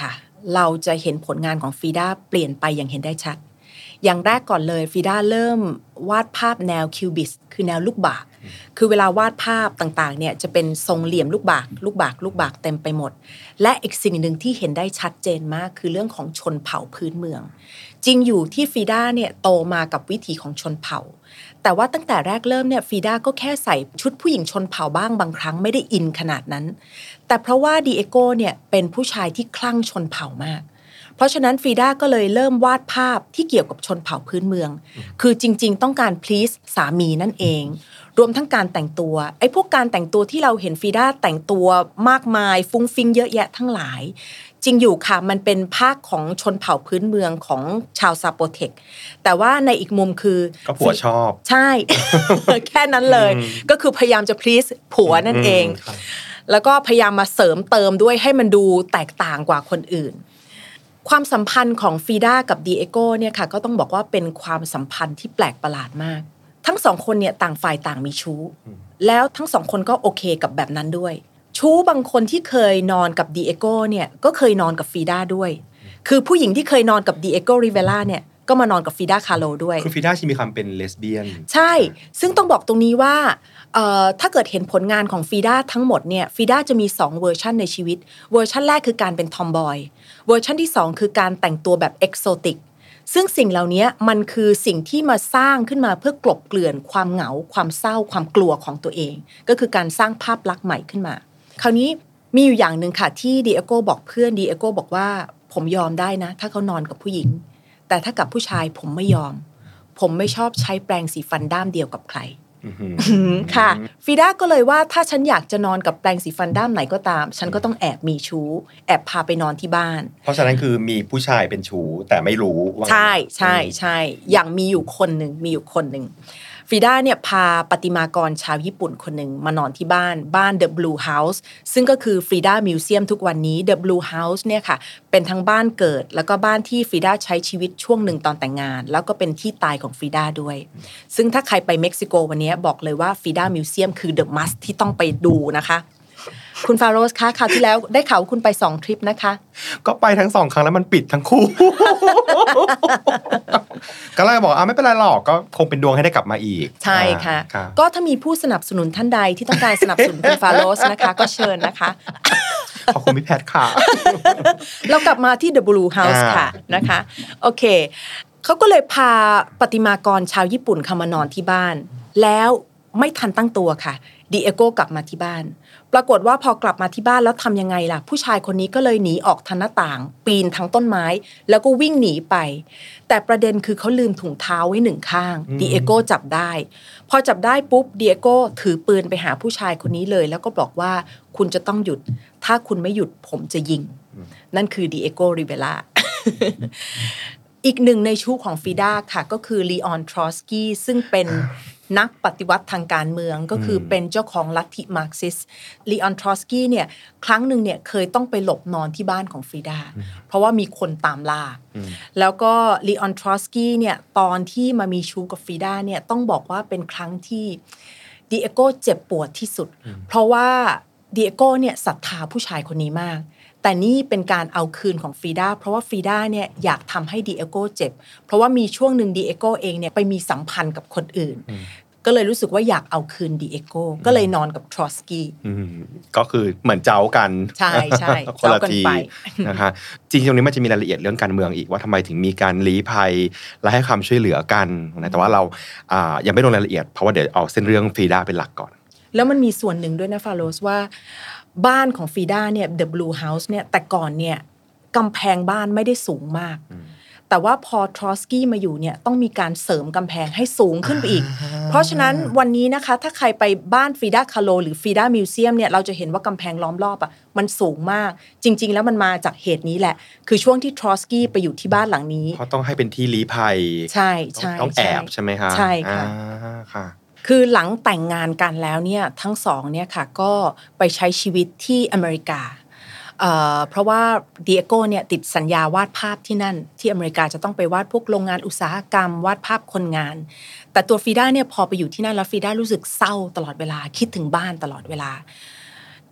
เราจะเห็นผลงานของฟีด้าเปลี่ยนไปอย่างเห็นได้ชัดอย่างแรกก่อนเลยฟีด้าเริ่มวาดภาพแนวคิวบิสคือแนวลูกบากคือเวลาวาดภาพต่างๆเนี่ยจะเป็นทรงเหลี่ยมลูกบากลูกบากลูกบากเต็มไปหมดและอีกสิ่งหนึ่งที่เห็นได้ชัดเจนมากคือเรื่องของชนเผ่าพื้นเมืองจริงอยู่ที่ฟีด้าเนี่ยโตมากับวิถีของชนเผ่าแต่ว่าตั้งแต่แรกเริ่มเนี่ยฟีด้าก็แค่ใส่ชุดผู้หญิงชนเผ่าบ้างบางครั้งไม่ได้อินขนาดนั้นแต่เพราะว่าดิเอโก้เนี่ยเป็นผู้ชายที่คลั่งชนเผ่ามากเพราะฉะนั้นฟีด้าก็เลยเริ่มวาดภาพที่เกี่ยวกับชนเผ่าพื้นเมืองคือจริงๆต้องการ please สามีนั่นเองรวมทั้งการแต่งตัวไอ้พวกการแต่งตัวที่เราเห็นฟีด้าแต่งตัวมากมายฟุ้งฟิ้งเยอะแยะทั้งหลายจริงอยู่ค่ะมันเป็นภาคของชนเผ่าพื้นเมืองของชาวซาโปเทคแต่ว่าในอีกมุมคือก็ผัวชอบใช่ แค่นั้นเลยก็คือพยายามจะ please ผัวนั่นเองแล้วก็พยายามมาเสริมเติมด้วยให้มันดูแตกต่างกว่าคนอื่นความสัมพันธ์ของฟีด้ากับดิเอโก้เนี่ยค่ะก็ต้องบอกว่าเป็นความสัมพันธ์ที่แปลกประหลาดมากทั้งสองคนเนี่ยต่างฝ่ายต่างมีชู้แล้วทั้งสองคนก็โอเคกับแบบนั้นด้วยชู้บางคนที่เคยนอนกับดิเอโก้เนี่ยก็เคยนอนกับฟีด้าด้วยคือผู้หญิงที่เคยนอนกับดิเอโก้ริเวล่าเนี่ยก็มานอนกับฟีด้าคาร์โลด้วยคือฟีด้าชีมีความเป็นเลสเบี้ยนใช่ซึ่งต้องบอกตรงนี้ว่าถ้าเกิดเห็นผลงานของฟีด้าทั้งหมดเนี่ยฟีด้าจะมีสองเวอร์ชันในชีวิตเวอร์ชันแรกคือการเป็นทอมบอยเวอร์ชันที่สองคือการแต่งตัวแบบเอกโซติกซึ่งสิ่งเหล่านี้มันคือสิ่งที่มาสร้างขึ้นมาเพื่อกลบเกลื่อนความเหงาความเศร้าความกลัวของตัวเองก็คือการสร้างภาพลักษณ์ใหม่ขึ้นมาคราวนี้มีอยู่อย่างนึงค่ะที่ดิเอโก้บอกเพื่อนดิเอโก้บอกว่าผมยอมได้นะถ้าเขานอนกับผู้หญิงแต่ถ้ากับผู้ชายผมไม่ยอมผมไม่ชอบใช้แปรงสีฟันด้ามเดียวกับใครค่ะฟีด้าก็เลยว่าถ้าฉันอยากจะนอนกับแปรงสีฟันด้ามไหนก็ตามฉันก็ต้องแอบมีชู้แอบพาไปนอนที่บ้านเพราะฉะนั้นคือมีผู้ชายเป็นชู้แต่ไม่รู้ใช่ใช่ใช่อย่างมีอยู่คนหนึ่งมีอยู่คนหนึ่งฟีด้าเนี่ยพาประติมากรชาวญี่ปุ่นคนหนึ่งมานอนที่บ้านบ้าน The Blue House ซึ่งก็คือฟีด้ามิวเซียมทุกวันนี้ The Blue House เนี่ยค่ะเป็นทั้งบ้านเกิดแล้วก็บ้านที่ฟีด้าใช้ชีวิตช่วงหนึ่งตอนแต่งงานแล้วก็เป็นที่ตายของฟีด้าด้วยซึ่งถ้าใครไปเม็กซิโกวันนี้บอกเลยว่าฟีด้ามิวเซียมคือ The Must ที่ต้องไปดูนะคะคุณฟาโรสคะคราวที่แล้วได้ข่าวคุณไปสองทริปนะคะก็ไปทั้งสองครั้งแล้วมันปิดทั้งคู่ ก็เลยบอกอ่ะไม่เป็นไรหรอกก็คงเป็นดวงให้ได้กลับมาอีกใช่ค่ะก็ถ้ามีผู้สนับสนุนท่านใดที่ต้องการสนับสนุนคุณฟาโรสนะคะก็เชิญนะคะขอบคุณพี่แพทค่ะเรากลับมาที่ The Blue House ค่ะนะคะโอเคเขาก็เลยพาประติมากรชาวญี่ปุ่นเข้ามานอนที่บ้านแล้วไม่ทันตั้งตัวค่ะดิเอโก้กลับมาที่บ้านปรากฏว่าพอกลับมาที่บ้านแล้วทำยังไงล่ะผู้ชายคนนี้ก็เลยหนีออกทางหน้าต่างปีนทั้งต้นไม้แล้วก็วิ่งหนีไปแต่ประเด็นคือเขาลืมถุงเท้าไว้หนึ่งข้างดิเอโก้จับได้พอจับได้ปุ๊บดิเอโก้ถือปืนไปหาผู้ชายคนนี้เลยแล้วก็บอกว่าคุณจะต้องหยุดถ้าคุณไม่หยุดผมจะยิงนั่นคือดิเอโก้ริเวล่า อีกหนึ่งในชู้ของฟีด้าค่ะก็คือลีออนทรอสกี้ซึ่งเป็นนักปฏิวัติทางการเมืองก็คือเป็นเจ้าของลัทธิมาร์กซิสลีออนทรอสกี้เนี่ยครั้งหนึ่งเนี่ยเคยต้องไปหลบนอนที่บ้านของฟีด้าเพราะว่ามีคนตามล่าแล้วก็ลีออนทรอสกี้เนี่ยตอนที่มามีชู้กับฟีด้าเนี่ยต้องบอกว่าเป็นครั้งที่ดิเอโก้เจ็บปวดที่สุดเพราะว่าดิเอโก้เนี่ยศรัทธาผู้ชายคนนี้มากแต่นี่เป็นการเอาคืนของฟีด้าเพราะว่าฟีด้าเนี่ยอยากทำให้ดิเอโก้เจ็บเพราะว่ามีช่วงหนึ่งดิเอโก้เองเนี่ยไปมีสัมพันธ์กับคนอื่นก็เลยรู้สึกว่าอยากเอาคืนดิเอโก้ก็เลยนอนกับทรอสกี้ก็คือเหมือนเจ้ากันใช่ใช่เจ้ากันไปนะคะจริงๆตรงนี้มันจะมีรายละเอียดเรื่องการเมืองอีกว่าทำไมถึงมีการลี้ภัยและให้ความช่วยเหลือกันนะแต่ว่าเราอ่ายังไม่ลงรายละเอียดเพราะว่าเดี๋ยวเอาเส้นเรื่องฟีด้าเป็นหลักก่อนแล้วมันมีส่วนหนึ่งด้วยนะฟาโรสว่าบ้านของฟีด้าเนี่ย The Blue House เนี่ยแต่ก่อนเนี่ยกำแพงบ้านไม่ได้สูงมากแต่ว่าพอทรอสกี้มาอยู่เนี่ยต้องมีการเสริมกำแพงให้สูงขึ้นไปอีกเพราะฉะนั้นวันนี้นะคะถ้าใครไปบ้านฟีด้าคาโลหรือฟีด้ามิวเซียมเนี่ยเราจะเห็นว่ากำแพงล้อมรอบอ่ะมันสูงมากจริงๆแล้วมันมาจากเหตุนี้แหละคือช่วงที่ทรอสกี้ไปอยู่ที่บ้านหลังนี้เพราะต้องให้เป็นที่ลี้ภัยใช่ใช่ต้องแอบใช่ไหมคะใช่ค่ะค่ะคือหลังแต่งงานกันแล้วเนี่ยทั้งสองเนี่ยค่ะก็ไปใช้ชีวิตที่อเมริกา เอ่อเพราะว่าดิเอโก้เนี่ยติดสัญญาวาดภาพที่นั่นที่อเมริกาจะต้องไปวาดพวกโรงงานอุตสาหกรรมวาดภาพคนงานแต่ตัวฟีด้าเนี่ยพอไปอยู่ที่นั่นแล้วฟีด้ารู้สึกเศร้าตลอดเวลาคิดถึงบ้านตลอดเวลา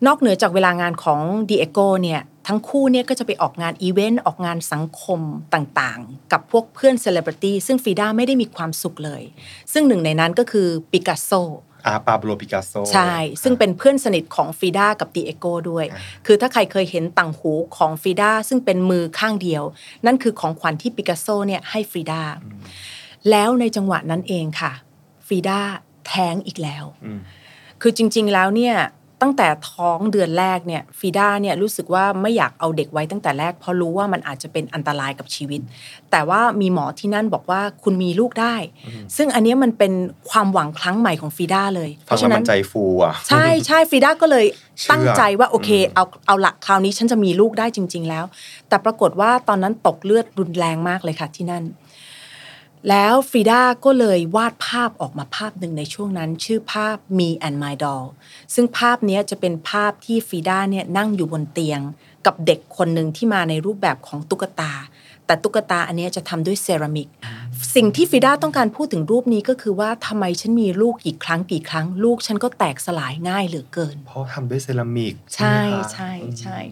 นอกเหนือจากเวลางานของดิเอโก้เนี่ยทั้งคู่เนี่ยก็จะไปออกงานอีเวนต์ออกงานสังคมต่างๆกับพวกเพื่อนเซเลบริตี้ซึ่งฟรีด้าไม่ได้มีความสุขเลยซึ่งหนึ่งในนั้นก็คือปิกัสโซอาปาโบโลปิกัสโซใช่ซึ่งเป็นเพื่อนสนิทของฟรีด้ากับดิเอโก้ด้วยคือถ้าใครเคยเห็นต่างหูของฟรีด้าซึ่งเป็นมือข้างเดียวนั่นคือของขวัญที่ปิกัสโซเนี่ยให้ฟรีด้าแล้วในจังหวะนั้นเองค่ะฟรีด้าแท้งอีกแล้วคือจริงๆแล้วเนี่ยตั้งแต่ท้องเดือนแรกเนี่ยฟรีด้าเนี่ยรู้สึกว่าไม่อยากเอาเด็กไว้ตั้งแต่แรกเพราะรู้ว่ามันอาจจะเป็นอันตรายกับชีวิตแต่ว่ามีหมอที่นั่นบอกว่าคุณมีลูกได้ซึ่งอันนี้มันเป็นความหวังครั้งใหม่ของฟรีด้าเลยเพราะฉะนั้นใจฟูอ่ะใช่ใช่ฟรีด้าก็เลยตั้งใจว่าโอเคเอาเอาละคราวนี้ฉันจะมีลูกได้จริงๆแล้วแต่ปรากฏว่าตอนนั้นตกเลือดรุนแรงมากเลยค่ะที่นั่นแล้วฟรีด้าก็เลยวาดภาพออกมาภาพหนึ่งในช่วงนั้นชื่อภาพ Me and My Doll ซึ่งภาพนี้จะเป็นภาพที่ฟรีด้าเนี่ยนั่งอยู่บนเตียงกับเด็กคนหนึ่งที่มาในรูปแบบของตุ๊กตาแต่ตุ๊กตาอันนี้จะทำด้วยเซรามิกสิ่งที่ฟรีด้าต้องการพูดถึงรูปนี้ก็คือว่าทำไมฉันมีลูกกี่ครั้งกี่ครั้งลูกฉันก็แตกสลายง่ายเหลือเกินเพราะทำด้วยเซรามิกใช่ใช่ใช่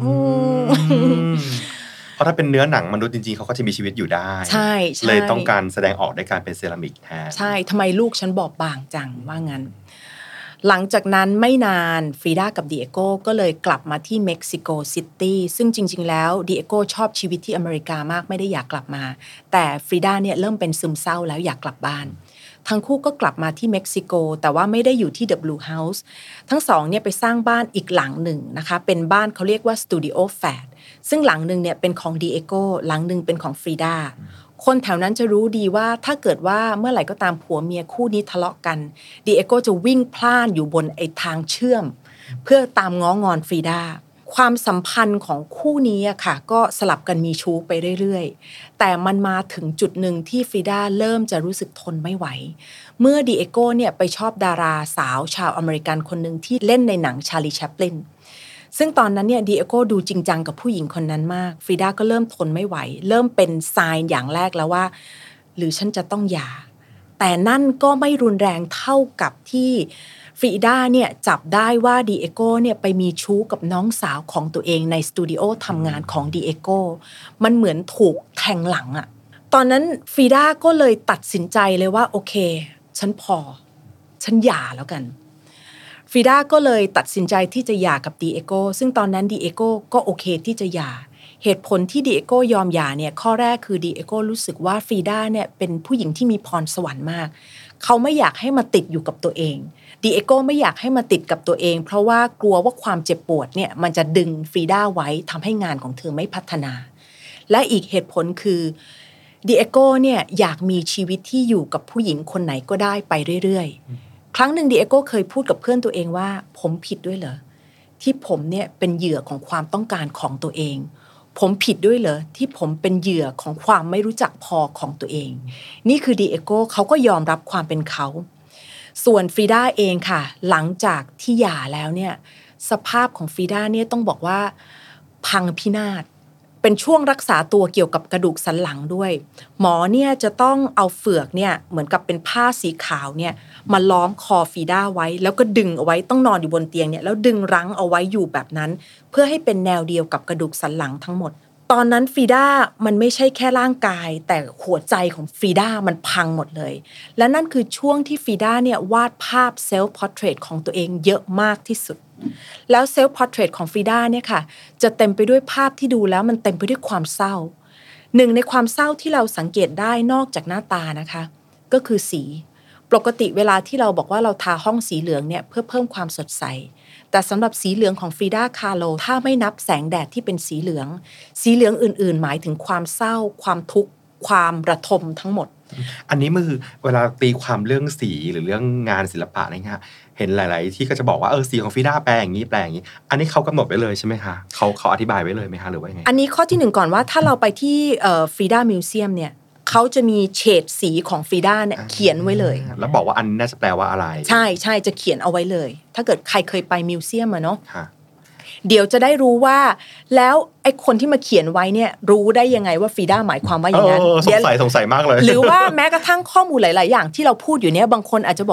เพราะถ้าเป็นเนื้อหนังมนุษย์จริงๆเขาก็จะมีชีวิตอยู่ได้ใช่เลยต้องการแสดงออกด้วยการเป็นเซรามิกแทนใช่ทำไมลูกฉันบอบบางจังว่างั้นหลังจากนั้นไม่นานฟรีด้ากับดิเอโก้ก็เลยกลับมาที่เม็กซิโกซิตี้ซึ่งจริงๆแล้วดิเอโก้ชอบชีวิตที่อเมริกามากไม่ได้อยากกลับมาแต่ฟรีด้าเนี่ยเริ่มเป็นซึมเศร้าแล้วอยากกลับบ้านทั้งคู่ก็กลับมาที่เม็กซิโกแต่ว่าไม่ได้อยู่ที่ The Blue House ทั้งสองเนี่ยไปสร้างบ้านอีกหลังหนึ่งนะคะเป็นบ้านเขาเรียกว่าสตูดิโอแฟดซึ่งหลังหนึ่งเนี่ยเป็นของดิเอโก้หลังหนึ่งเป็นของฟรีด้าคนแถวนั้นจะรู้ดีว่าถ้าเกิดว่าเมื่อไหร่ก็ตามผัวเมียคู่นี้ทะเลาะกันดิเอโก้จะวิ่งพล่านอยู่บนไอ้ทางเชื่อมเพื่อตามง้องอนฟรีด้าความสัมพันธ์ของคู่นี้อะค่ะก็สลับกันมีชู้ไปเรื่อยๆแต่มันมาถึงจุดหนึ่งที่ฟรีด้าเริ่มจะรู้สึกทนไม่ไหวเมื่อดิเอโก้เนี่ยไปชอบดาราสาวชาวอเมริกันคนหนึ่งที่เล่นในหนังชาลีแชปลินซึ่งตอนนั้นเนี่ยดิเอโก้ดูจริงจังกับผู้หญิงคนนั้นมากฟรีด้าก็เริ่มทนไม่ไหวเริ่มเป็นไซน์อย่างแรกแล้วว่าหรือฉันจะต้องหย่าแต่นั่นก็ไม่รุนแรงเท่ากับที่ฟรีด้าเนี่ยจับได้ว่าดิเอโก้เนี่ยไปมีชู้กับน้องสาวของตัวเองในสตูดิโอทำงานของดิเอโก้มันเหมือนถูกแทงหลังอะตอนนั้นฟรีด้าก็เลยตัดสินใจเลยว่าโอเคฉันพอฉันหย่าแล้วกันฟรีด้าก็เลยตัดสินใจที่จะหย่ากับดิเอโก้ซึ่งตอนนั้นดิเอโก้ก็โอเคที่จะหย่าเหตุผลที่ดิเอโก้ยอมหย่าเนี่ยข้อแรกคือดิเอโก้รู้สึกว่าฟรีด้าเนี่ยเป็นผู้หญิงที่มีพรสวรรค์มากเขาไม่อยากให้มาติดอยู่กับตัวเองดิเอโก้ไม่อยากให้มาติดกับตัวเองเพราะว่ากลัวว่าความเจ็บปวดเนี่ยมันจะดึงฟรีด้าไว้ทำให้งานของเธอไม่พัฒนาและอีกเหตุผลคือดิเอโก้เนี่ยอยากมีชีวิตที่อยู่กับผู้หญิงคนไหนก็ได้ไปเรื่อยๆครั้งหนึ่งดิเอโก้เคยพูดกับเพื่อนตัวเองว่าผมผิดด้วยเหรอที่ผมเนี่ยเป็นเหยื่อของความต้องการของตัวเองผมผิดด้วยเหรอที่ผมเป็นเหยื่อของความไม่รู้จักพอของตัวเองนี่คือดิเอโก้เขาก็ยอมรับความเป็นเขาส่วนฟรีด้าเองค่ะหลังจากที่หย่าแล้วเนี่ยสภาพของฟรีด้าเนี่ยต้องบอกว่าพังพินาศเป็นช่วงรักษาตัวเกี่ยวกับกระดูกสันหลังด้วยหมอเนี่ยจะต้องเอาเฟือกเนี่ยเหมือนกับเป็นผ้าสีขาวเนี่ยมาล้อมคอฟรีด้าไว้แล้วก็ดึงเอาไว้ต้องนอนอยู่บนเตียงเนี่ยแล้วดึงรั้งเอาไว้อยู่แบบนั้นเพื่อให้เป็นแนวเดียวกับกระดูกสันหลังทั้งหมดตอนนั้นฟรีด้ามันไม่ใช่แค่ร่างกายแต่หัวใจของฟรีด้ามันพังหมดเลยและนั่นคือช่วงที่ฟรีด้าเนี่ยวาดภาพเซลฟ์พอร์เทรตของตัวเองเยอะมากที่สุดแล้วเซลฟ์พอร์เทรตของฟรีด้าเนี่ยค่ะจะเต็มไปด้วยภาพที่ดูแล้วมันเต็มไปด้วยความเศร้าหนึ่งในความเศร้าที่เราสังเกตได้นอกจากหน้าตานะคะก็คือสีปกติเวลาที่เราบอกว่าเราทาห้องสีเหลืองเนี่ยเพื่อเพิ่มความสดใสแต่สำหรับสีเหลืองของฟรีด้าคาร์โลถ้าไม่นับแสงแดดที่เป็นสีเหลืองสีเหลืองอื่นๆหมายถึงความเศร้าความทุกข์ความระทมทั้งหมดอันนี้มือเวลาตีความเรื่องสีหรือเรื่องงานศิลปะอะไรเงี้ยเห็นหลายๆที่ก็จะบอกว่าเออสีของฟรีด้าแปลอย่างนี้แปลอย่างนี้อันนี้เขากำหนดไว้เลยใช่ไหมคะเขาเขาอธิบายไว้เลยไหมคะหรือว่ายังไงอันนี้ข้อที่หนึ่งก่อนว่าถ้าเราไปที่ฟรีด้ามิวเซียมเนี่ยเขาจะมีเฉดสีของฟรีด้าเนี่ยเขียนไว้เลยแล้วบอกว่าอันน่าจะแปลว่าอะไรใช่ใช่จะเขียนเอาไว้เลยถ้าเกิดใครเคยไปมิวเซียมอะเนาะเดี๋ยวจะได้รู้ว่าแล้วไอ้คนที่มาเขียนไว้เนี่ยรู้ได้ยังไงว่าฟรีด้าหมายความว่าอย่างนั้นสงสัยสงสัยมากเลยหรือว่าแม้กระทั่งข้อมูลหลายๆอย่างที่เราพูดอยู่เนี่ยบางคนอาจจะบอกว่า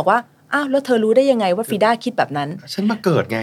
อ้าวแล้วเธอรู้ได้ยังไงว่าฟรีด้าคิดแบบนั้นฉันมาเกิดไง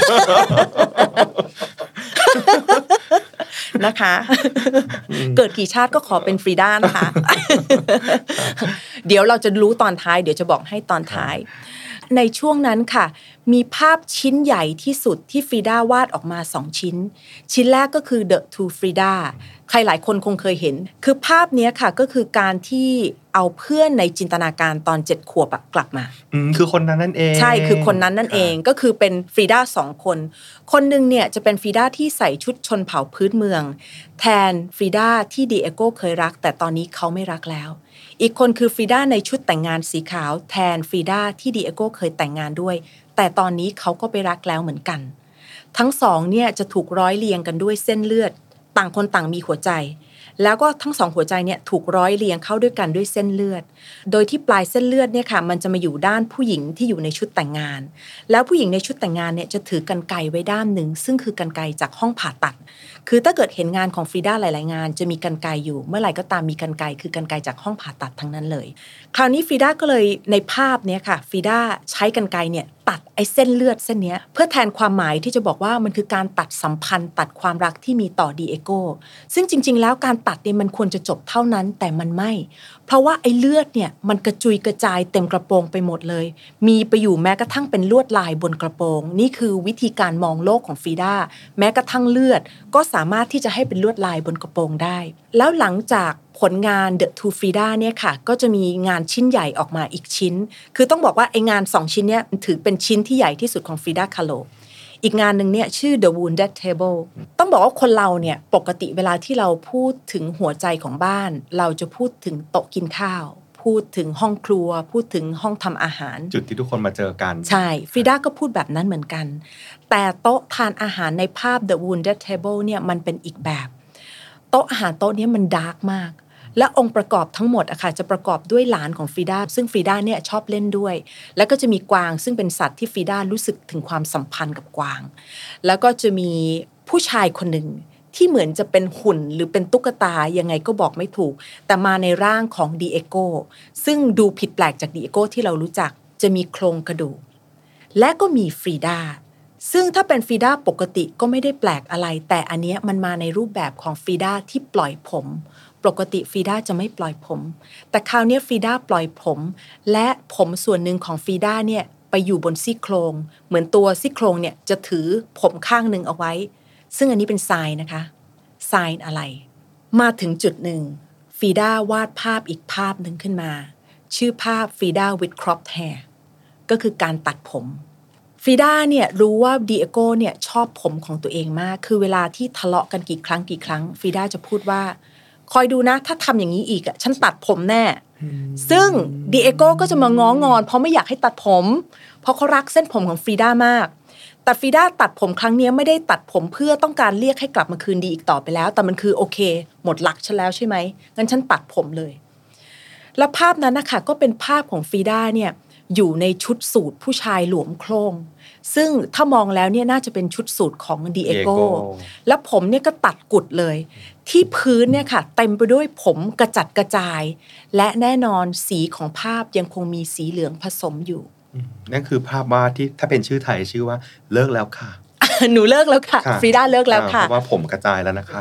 นะคะเกิดกี่ชาติก็ขอเป็นฟรีด้านะคะ เดี๋ยวเราจะรู้ตอนท้ายเดี๋ยวจะบอกให้ตอนท้ายในช่วงนั้นค่ะมีภาพชิ้นใหญ่ที่สุดที่ฟรีด้าวาดออกมาสองชิ้นชิ้นแรกก็คือ The Two Frida ใครหลายคนคงเคยเห็นคือภาพนี้ค่ะก็คือการที่เอาเพื่อนในจินตนาการตอนเจ็ดขวบกลับมาอืมคือคนนั้นนั่นเองใช่คือคนนั้นนั่นเองก็คือเป็นฟรีด้าสองคนคนนึงเนี่ยจะเป็นฟรีด้าที่ใส่ชุดชนเผ่าพื้นเมืองแทนฟรีด้าที่ดิเอโก้เคยรักแต่ตอนนี้เขาไม่รักแล้วอีกคนคือฟรีด้าในชุดแต่งงานสีขาวแทนฟรีด้าที่ดิเอโก้เคยแต่งงานด้วยแต่ตอนนี้เขาก็ไปรักแล้วเหมือนกันทั้งสองเนี่ยจะถูกร้อยเรียงกันด้วยเส้นเลือดต่างคนต่างมีหัวใจแล้วก็ทั้งสองหัวใจเนี่ยถูกร้อยเรียงเข้าด้วยกันด้วยเส้นเลือดโดยที่ปลายเส้นเลือดเนี่ยค่ะมันจะมาอยู่ด้านผู้หญิงที่อยู่ในชุดแต่งงานแล้วผู้หญิงในชุดแต่งงานเนี่ยจะถือกรรไกรไว้ด้ามหนึ่งซึ่งคือกรรไกรจากห้องผ่าตัดคือถ้าเกิดเห็นงานของฟรีด้าหลายๆงานจะมีกรรไกรอยู่เมื่อไหร่ก็ตามมีกรรไกรคือกรรไกรจากห้องผ่าตัดทั้งนั้นเลยคราวนี้ฟรีด้าก็เลยในภาพเนี้ยค่ะฟรีด้าใช้กรรไกรเนี่ยตัดไอ้เส้นเลือดเส้นนี้เพื่อแทนความหมายที่จะบอกว่ามันคือการตัดสัมพันธ์ตัดความรักที่มีต่อดิเอโก้ซึ่งจริงๆแล้วการตัดเนี่ยมันควรจะจบเท่านั้นแต่มันไม่เพราะว่าไอ้เลือดเนี่ยมันกระจุยกระจายเต็มกระโปรงไปหมดเลยมีไปอยู่แม้กระทั่งเป็นลวดลายบนกระโปรงนี่คือวิธีการมองโลกของฟรีด้าแม้กระทั่งเลือดก็สามารถที่จะให้เป็นลวดลายบนกระโปรงได้แล้วหลังจากผลงาน The Two Frida เนี่ยค่ะก็จะมีงานชิ้นใหญ่ออกมาอีกชิ้นคือต้องบอกว่าไอ้งานสองชิ้นเนี้ยถือเป็นชิ้นที่ใหญ่ที่สุดของ Frida Kahlo อีกงานหนึ่งเนี่ยชื่อ The Wounded Table ต้องบอกว่าคนเราเนี่ยปกติเวลาที่เราพูดถึงหัวใจของบ้านเราจะพูดถึงโต๊ะกินข้าวพูดถึงห้องครัวพูดถึงห้องทำอาหารจุดที่ทุกคนมาเจอกันใช่ฟรีด้าก็พูดแบบนั้นเหมือนกันแต่โต๊ะทานอาหารในภาพ The Wounded Table เนี่ยมันเป็นอีกแบบโต๊ะอาหารโต๊ะนี้มันดาร์กมากและองค์ประกอบทั้งหมดอะค่ะจะประกอบด้วยหลานของฟรีด้าซึ่งฟรีด้าเนี่ยชอบเล่นด้วยแล้วก็จะมีกวางซึ่งเป็นสัตว์ที่ฟรีด้ารู้สึกถึงความสัมพันธ์กับกวางแล้วก็จะมีผู้ชายคนหนึ่งที่เหมือนจะเป็นหุ่นหรือเป็นตุ๊กตายังไงก็บอกไม่ถูกแต่มาในร่างของดิเอโก้ซึ่งดูผิดแปลกจากดิเอโก้ที่เรารู้จักจะมีโครงกระดูกและก็มีฟรีด้าซึ่งถ้าเป็นฟรีด้าปกติก็ไม่ได้แปลกอะไรแต่อันเนี้ยมันมาในรูปแบบของฟรีด้าที่ปล่อยผมปกติฟรีด้าจะไม่ปล่อยผมแต่คราวนี้ฟรีด้าปล่อยผมและผมส่วนหนึ่งของฟรีด้าเนี่ยไปอยู่บนซี่โครงเหมือนตัวซี่โครงเนี่ยจะถือผมข้างหนึ่งเอาไว้ซึ่งอันนี้เป็นไซน์นะคะไซน์อะไรมาถึงจุดหนึ่งฟรีด้าวาดภาพอีกภาพหนึ่งขึ้นมาชื่อภาพฟรีด้า with cropped hair ก็คือการตัดผมฟรีด้าเนี่ยรู้ว่าดิเอโก้เนี่ยชอบผมของตัวเองมากคือเวลาที่ทะเลาะกันกี่ครั้งกี่ครั้งฟรีด้าจะพูดว่าคอยดูนะถ้าทำอย่างนี้อีกอ่ะฉันตัดผมแน่ซึ่งดิเอโก้ก็จะมาง้องอนเพราะไม่อยากให้ตัดผมเพราะเขารักเส้นผมของฟรีด้ามากแต่ฟรีด้าตัดผมครั้งนี้ไม่ได้ตัดผมเพื่อต้องการเรียกให้กลับมาคืนดีอีกต่อไปแล้วแต่มันคือโอเคหมดรักฉันแล้วใช่ไหมงั้นฉันตัดผมเลยแล้วภาพนั้นนะคะก็เป็นภาพของฟรีด้าเนี่ยอยู่ในชุดสูทผู้ชายหลวมโครงซึ่งถ้ามองแล้วเนี่ยน่าจะเป็นชุดสูทของดิเอโก้แล้วผมเนี่ยก็ตัดกุดเลยที่พื้นเนี่ยค่ะเต็มไปด้วยผมกระจัดกระจายและแน่นอนสีของภาพยังคงมีสีเหลืองผสมอยู่นั่นคือภาพวาดที่ถ้าเป็นชื่อไทยชื่อว่าเลิกแล้วค่ะหนูเลิกแล้วค่ะฟรีด้าเลิกแล้วค่ะเพราะว่าผมกระจายแล้วนะคะ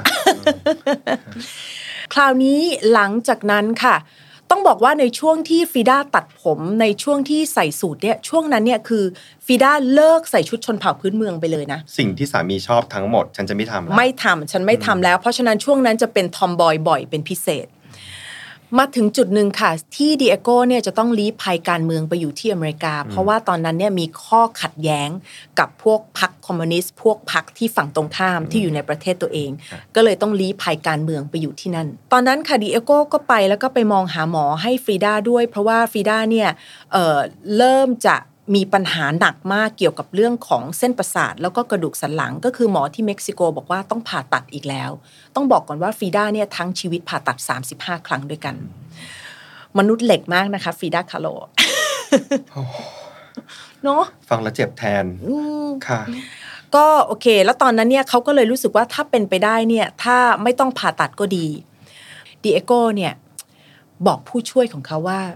คราวนี้หลังจากนั้นค่ะต้องบอกว่าในช่วงที่ฟรีด้าตัดผมในช่วงที่ใส่สูทเนี่ยช่วงนั้นเนี่ยคือฟรีด้าเลิกใส่ชุดชนเผ่าพื้นเมืองไปเลยนะสิ่งที่สามีชอบทั้งหมดฉันจะไม่ทำแล้วไม่ทำฉันไม่ทำแล้วเพราะฉะนั้นช่วงนั้นจะเป็นทอมบอยบ่อยเป็นพิเศษมาถึงจุดหนึ่งค่ะที่ดิเอโก้เนี่ยจะต้องลี้ภัยการเมืองไปอยู่ที่อเมริกาเพราะว่าตอนนั้นเนี่ยมีข้อขัดแย้งกับพวกพรรคคอมมิวนิสต์พวกพรรคที่ฝั่งตรงข้ามที่อยู่ในประเทศตัวเองก็เลยต้องลี้ภัยการเมืองไปอยู่ที่นั่นตอนนั้นค่ะดิเอโก้ก็ไปแล้วก็ไปมองหาหมอให้ฟรีด้าด้วยเพราะว่าฟรีด้าเนี่ย เอ่อ เริ่มจะมีปัญหาหนักมากเกี่ยวกับเรื่องของเส้นประสาทแล้วก็กระดูกสันหลังก็คือหมอที่เม็กซิโกบอกว่าต้องผ่าตัดอีกแล้วต้องบอกก่อนว่าฟรีด้าเนี่ยทั้งชีวิตผ่าตัดสามสิบห้าครั้งด้วยกันมนุษย์เหล็กมากนะคะฟรีด้าคาโลเนาะฟังแล้วเจ็บแทนค่ะก็โอเคแล้วตอนนั้นเนี่ยเขาก็เลยรู้สึกว่าถ้าเป็นไปได้เนี่ยถ้าไม่ต้องผ่าตัดก็ดีดิเอโก้เนี่ยบอกผู้ช่วยของเขาว่าผ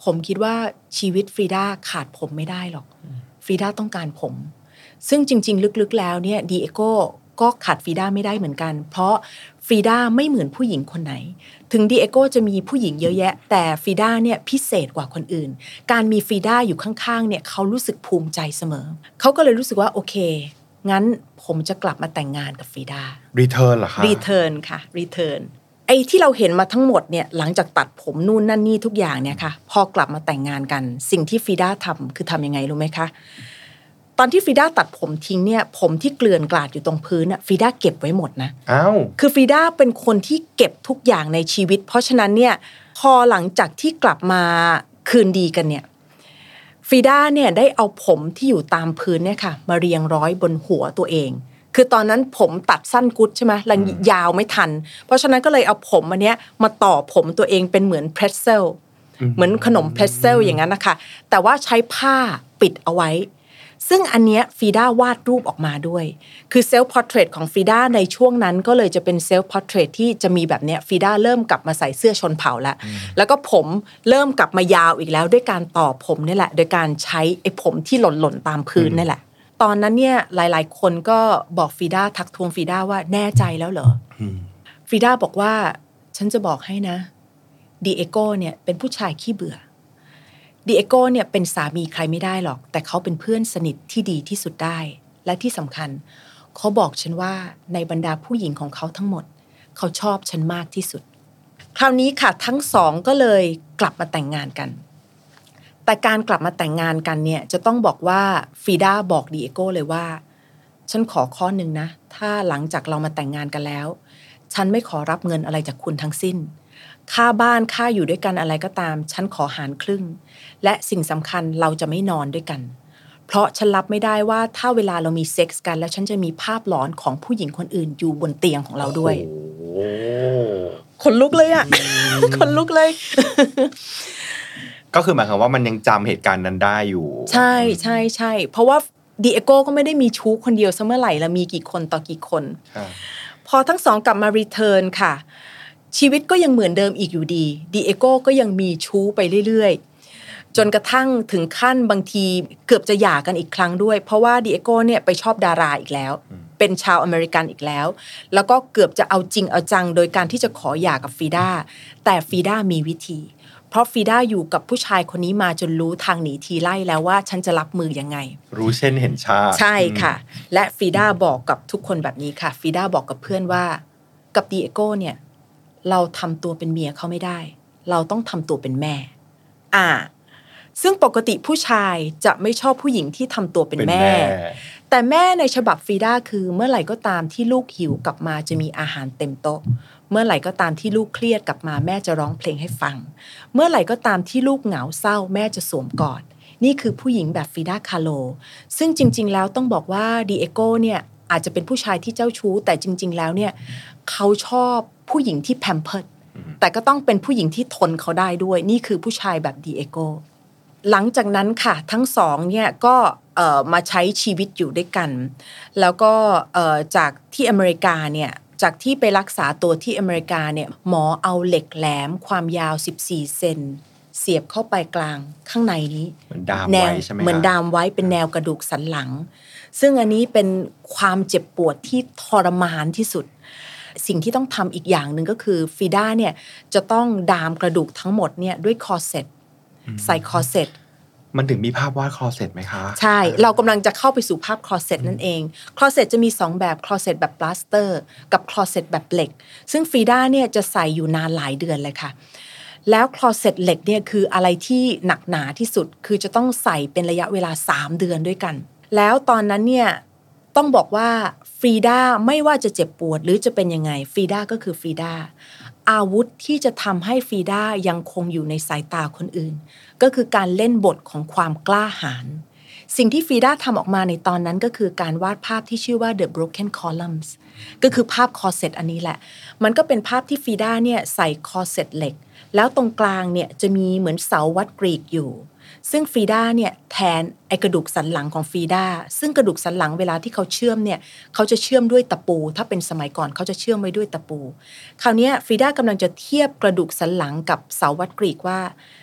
ผมคิดว่าชีวิตฟรีด้าขาดผมไม่ได้หรอกฟรีด้าต้องการผมซึ่งจริงๆลึกๆแล้วเนี่ยดีเอโก้ก็ขาดฟรีด้าไม่ได้เหมือนกันเพราะฟรีด้าไม่เหมือนผู้หญิงคนไหนถึงดีเอโก้จะมีผู้หญิงเยอะแยะแต่ฟรีด้าเนี่ยพิเศษกว่าคนอื่นการมีฟรีด้าอยู่ข้างๆเนี่ยเขารู้สึกภูมิใจเสมอเขาก็เลยรู้สึกว่าโอเคงั้นผมจะกลับมาแต่งงานกับฟรีด้า return เหรอคะ return ค่ะ return ไอ้ที่เราเห็นมาทั้งหมดเนี่ยหลังจากตัดผมนู่นนั่นนี่ทุกอย่างเนี่ยค่ะพอกลับมาแต่งงานกันสิ่งที่ฟรีด้าทำคือทำยังไงรู้ไหมคะตอนที่ฟรีด้าตัดผมทิ้งเนี่ยผมที่เกลื่อนกลาดอยู่ตรงพื้นน่ะฟรีด้าเก็บไว้หมดนะอ้าวคือฟรีด้าเป็นคนที่เก็บทุกอย่างในชีวิตเพราะฉะนั้นเนี่ยพอหลังจากที่กลับมาคืนดีกันเนี่ยฟรีด้าเนี่ยได้เอาผมที่อยู่ตามพื้นเนี่ยค่ะมาเรียงร้อยบนหัวตัวเองคือตอนนั้นผมตัดสั้นกุดใช่ไหมแล้วยาวไม่ทันเพราะฉะนั้นก็เลยเอาผมอันเนี้ยมาต่อผมตัวเองเป็นเหมือนเพรสเซลเหมือนขนมเพรสเซลอย่างนั้นนะคะแต่ว่าใช้ผ้าปิดเอาไว้ซึ่งอันเนี้ยฟรีด้าวาดรูปออกมาด้วยคือเซลฟ์พอร์เทรตของฟรีด้าในช่วงนั้นก็เลยจะเป็นเซลฟ์พอร์เทรตที่จะมีแบบเนี้ยฟรีด้าเริ่มกลับมาใส่เสื้อชนเผ่าแล้วแล้วก็ผมเริ่มกลับมายาวอีกแล้วด้วยการต่อผมนี่แหละโดยการใช้ไอ้ผมที่หล่นๆตามพื้นนี่แหละตอนนั้นเนี่ยหลายๆคนก็บอกฟรีด้าทักทวงฟรีด้าว่าแน่ใจแล้วเหรอฟรีด้าบอกว่าฉันจะบอกให้นะดีเอโก้เนี่ยเป็นผู้ชายขี้เบื่อดีเอโก้เนี่ยเป็นสามีใครไม่ได้หรอกแต่เขาเป็นเพื่อนสนิทที่ดีที่สุดได้และที่สำคัญเขาบอกฉันว่าในบรรดาผู้หญิงของเขาทั้งหมดเขาชอบฉันมากที่สุดคราวนี้ค่ะทั้งสองก็เลยกลับมาแต่งงานกันแต่การกลับมาแต่งงานกันเนี่ยจะต้องบอกว่าฟรีด้าบอกดีเอโก้เลยว่าฉันขอข้อหนึ่งนะถ้าหลังจากเรามาแต่งงานกันแล้วฉันไม่ขอรับเงินอะไรจากคุณทั้งสิ้นค่าบ้านค่าอยู่ด้วยกันอะไรก็ตามฉันขอหารครึ่งและสิ่งสำคัญเราจะไม่นอนด้วยกันเพราะฉันรับไม่ได้ว่าถ้าเวลาเรามีเซ็กส์กันแล้วฉันจะมีภาพหลอนของผู้หญิงคนอื่นอยู่บนเตียงของเราด้วยขนลุกเลยอ่ะ ขนลุกเลยก็คือหมายความว่ามันยังจำเหตุการณ์นั้นได้อยู่ใช่ใช่ใช่เพราะว่าดีเอโก้ก็ไม่ได้มีชู้คนเดียวเสมอไหร่แล้วมีกี่คนต่อกี่คนพอทั้งสองกลับมารีเทิร์นค่ะชีวิตก็ยังเหมือนเดิมอีกอยู่ดีดีเอโก้ก็ยังมีชู้ไปเรื่อยๆจนกระทั่งถึงขั้นบางทีเกือบจะหย่ากันอีกครั้งด้วยเพราะว่าดีเอโก้เนี่ยไปชอบดาราอีกแล้วเป็นชาวอเมริกันอีกแล้วแล้วก็เกือบจะเอาจริงเอาจังโดยการที่จะขอหย่ากับฟรีด้าแต่ฟรีด้ามีวิธีเพราะฟรีด้าอยู่กับผู้ชายคนนี้มาจนรู้ทางหนีทีไล่แล้วว่าฉันจะรับมือยังไงรู้เช่นเห็นชาใช่ค่ะและฟรีด้าบอกกับทุกคนแบบนี้ค่ะฟรีด้าบอกกับเพื่อนว่ากับดีเอโก้เนี่ยเราทำตัวเป็นเมียเขาไม่ได้เราต้องทำตัวเป็นแม่อ่าซึ่งปกติผู้ชายจะไม่ชอบผู้หญิงที่ทำตัวเป็นแม่แต่แม่ในฉบับฟรีด้าคือเมื่อไหร่ก็ตามที่ลูกหิวกลับมาจะมีอาหารเต็มโต๊ะเมื่อไหร่ก็ตามที่ลูกเครียดกลับมาแม่จะร้องเพลงให้ฟังเมื่อไหร่ก็ตามที่ลูกเหงาเศร้าแม่จะสวมกอดนี่คือผู้หญิงแบบฟรีด้าคาโลซึ่งจริงๆแล้วต้องบอกว่าดีเอโก้เนี่ยอาจจะเป็นผู้ชายที่เจ้าชู้แต่จริงๆแล้วเนี่ยเขาชอบผู้หญิงที่แพมเพิร์สแต่ก็ต้องเป็นผู้หญิงที่ทนเขาได้ด้วยนี่คือผู้ชายแบบดีเอโก้หลังจากนั้นค่ะทั้งสองเนี่ยก็มาใช้ชีวิตอยู่ด้วยกันแล้วก็จากที่อเมริกาเนี่ยจากที่ไปรักษาตัวที่อเมริกาเนี่ยหมอเอาเหล็กแหลมความยาวสิบสี่เซนเสียบเข้าไปกลางข้างในนี้เหมือนดามไว้ใช่ไหมเหมือนดามไว้เป็นแนวกระดูกสันหลังซึ่งอันนี้เป็นความเจ็บปวดที่ทรมานที่สุดสิ่งที่ต้องทำอีกอย่างหนึ่งก็คือฟรีด้าเนี่ยจะต้องดามกระดูกทั้งหมดเนี่ยด้วยคอร์เซ็ตใส่คอร์เซ็ตมันถึงมีภาพวาดคอร์เซ็ตไหมคะใช่เรากำลังจะเข้าไปสู่ภาพคอร์เซ็ตนั่นเองคอร์เซ็ตจะมีสองแบบคอร์เซ็ตแบบพลาสเตอร์กับคอร์เซ็ตแบบเหล็กซึ่งฟรีด้าเนี่ยจะใส่อยู่นานหลายเดือนเลยค่ะแล้วคอร์เซ็ตเหล็กเนี่ยคืออะไรที่หนักหนาที่สุดคือจะต้องใส่เป็นระยะเวลาสามเดือนด้วยกันแล้วตอนนั้นเนี่ยต้องบอกว่าฟรีด้าไม่ว่าจะเจ็บปวดหรือจะเป็นยังไงฟรีด้าก็คือฟรีด้าอาวุธที่จะทำให้ฟรีด้ายังคงอยู่ในสายตาคนอื่นก็คือการเล่นบทของความกล้าหาญสิ่งที่ฟรีด้าทำออกมาในตอนนั้นก็คือการวาดภาพที่ชื่อว่า The Broken Columns ก็คือภาพคอร์เซ็ตอันนี้แหละมันก็เป็นภาพที่ฟรีด้าเนี่ยใส่คอร์เซ็ตเหล็กแล้วตรงกลางเนี่ยจะมีเหมือนเสาวัดกรีกอยู่ซึ่งฟรีด้าเนี่ยแทนไอกระดูกสันหลังของฟรีด้าซึ่งกระดูกสันหลังเวลาที่เขาเชื่อมเนี่ยเขาจะเชื่อมด้วยตะปูถ้าเป็นสมัยก่อนเขาจะเชื่อมไว้ด้วยตะปูคราวนี้ฟรีด้ากำลังจะเทียบกระดูกสันหลังกับเสาวัดกรีกว่า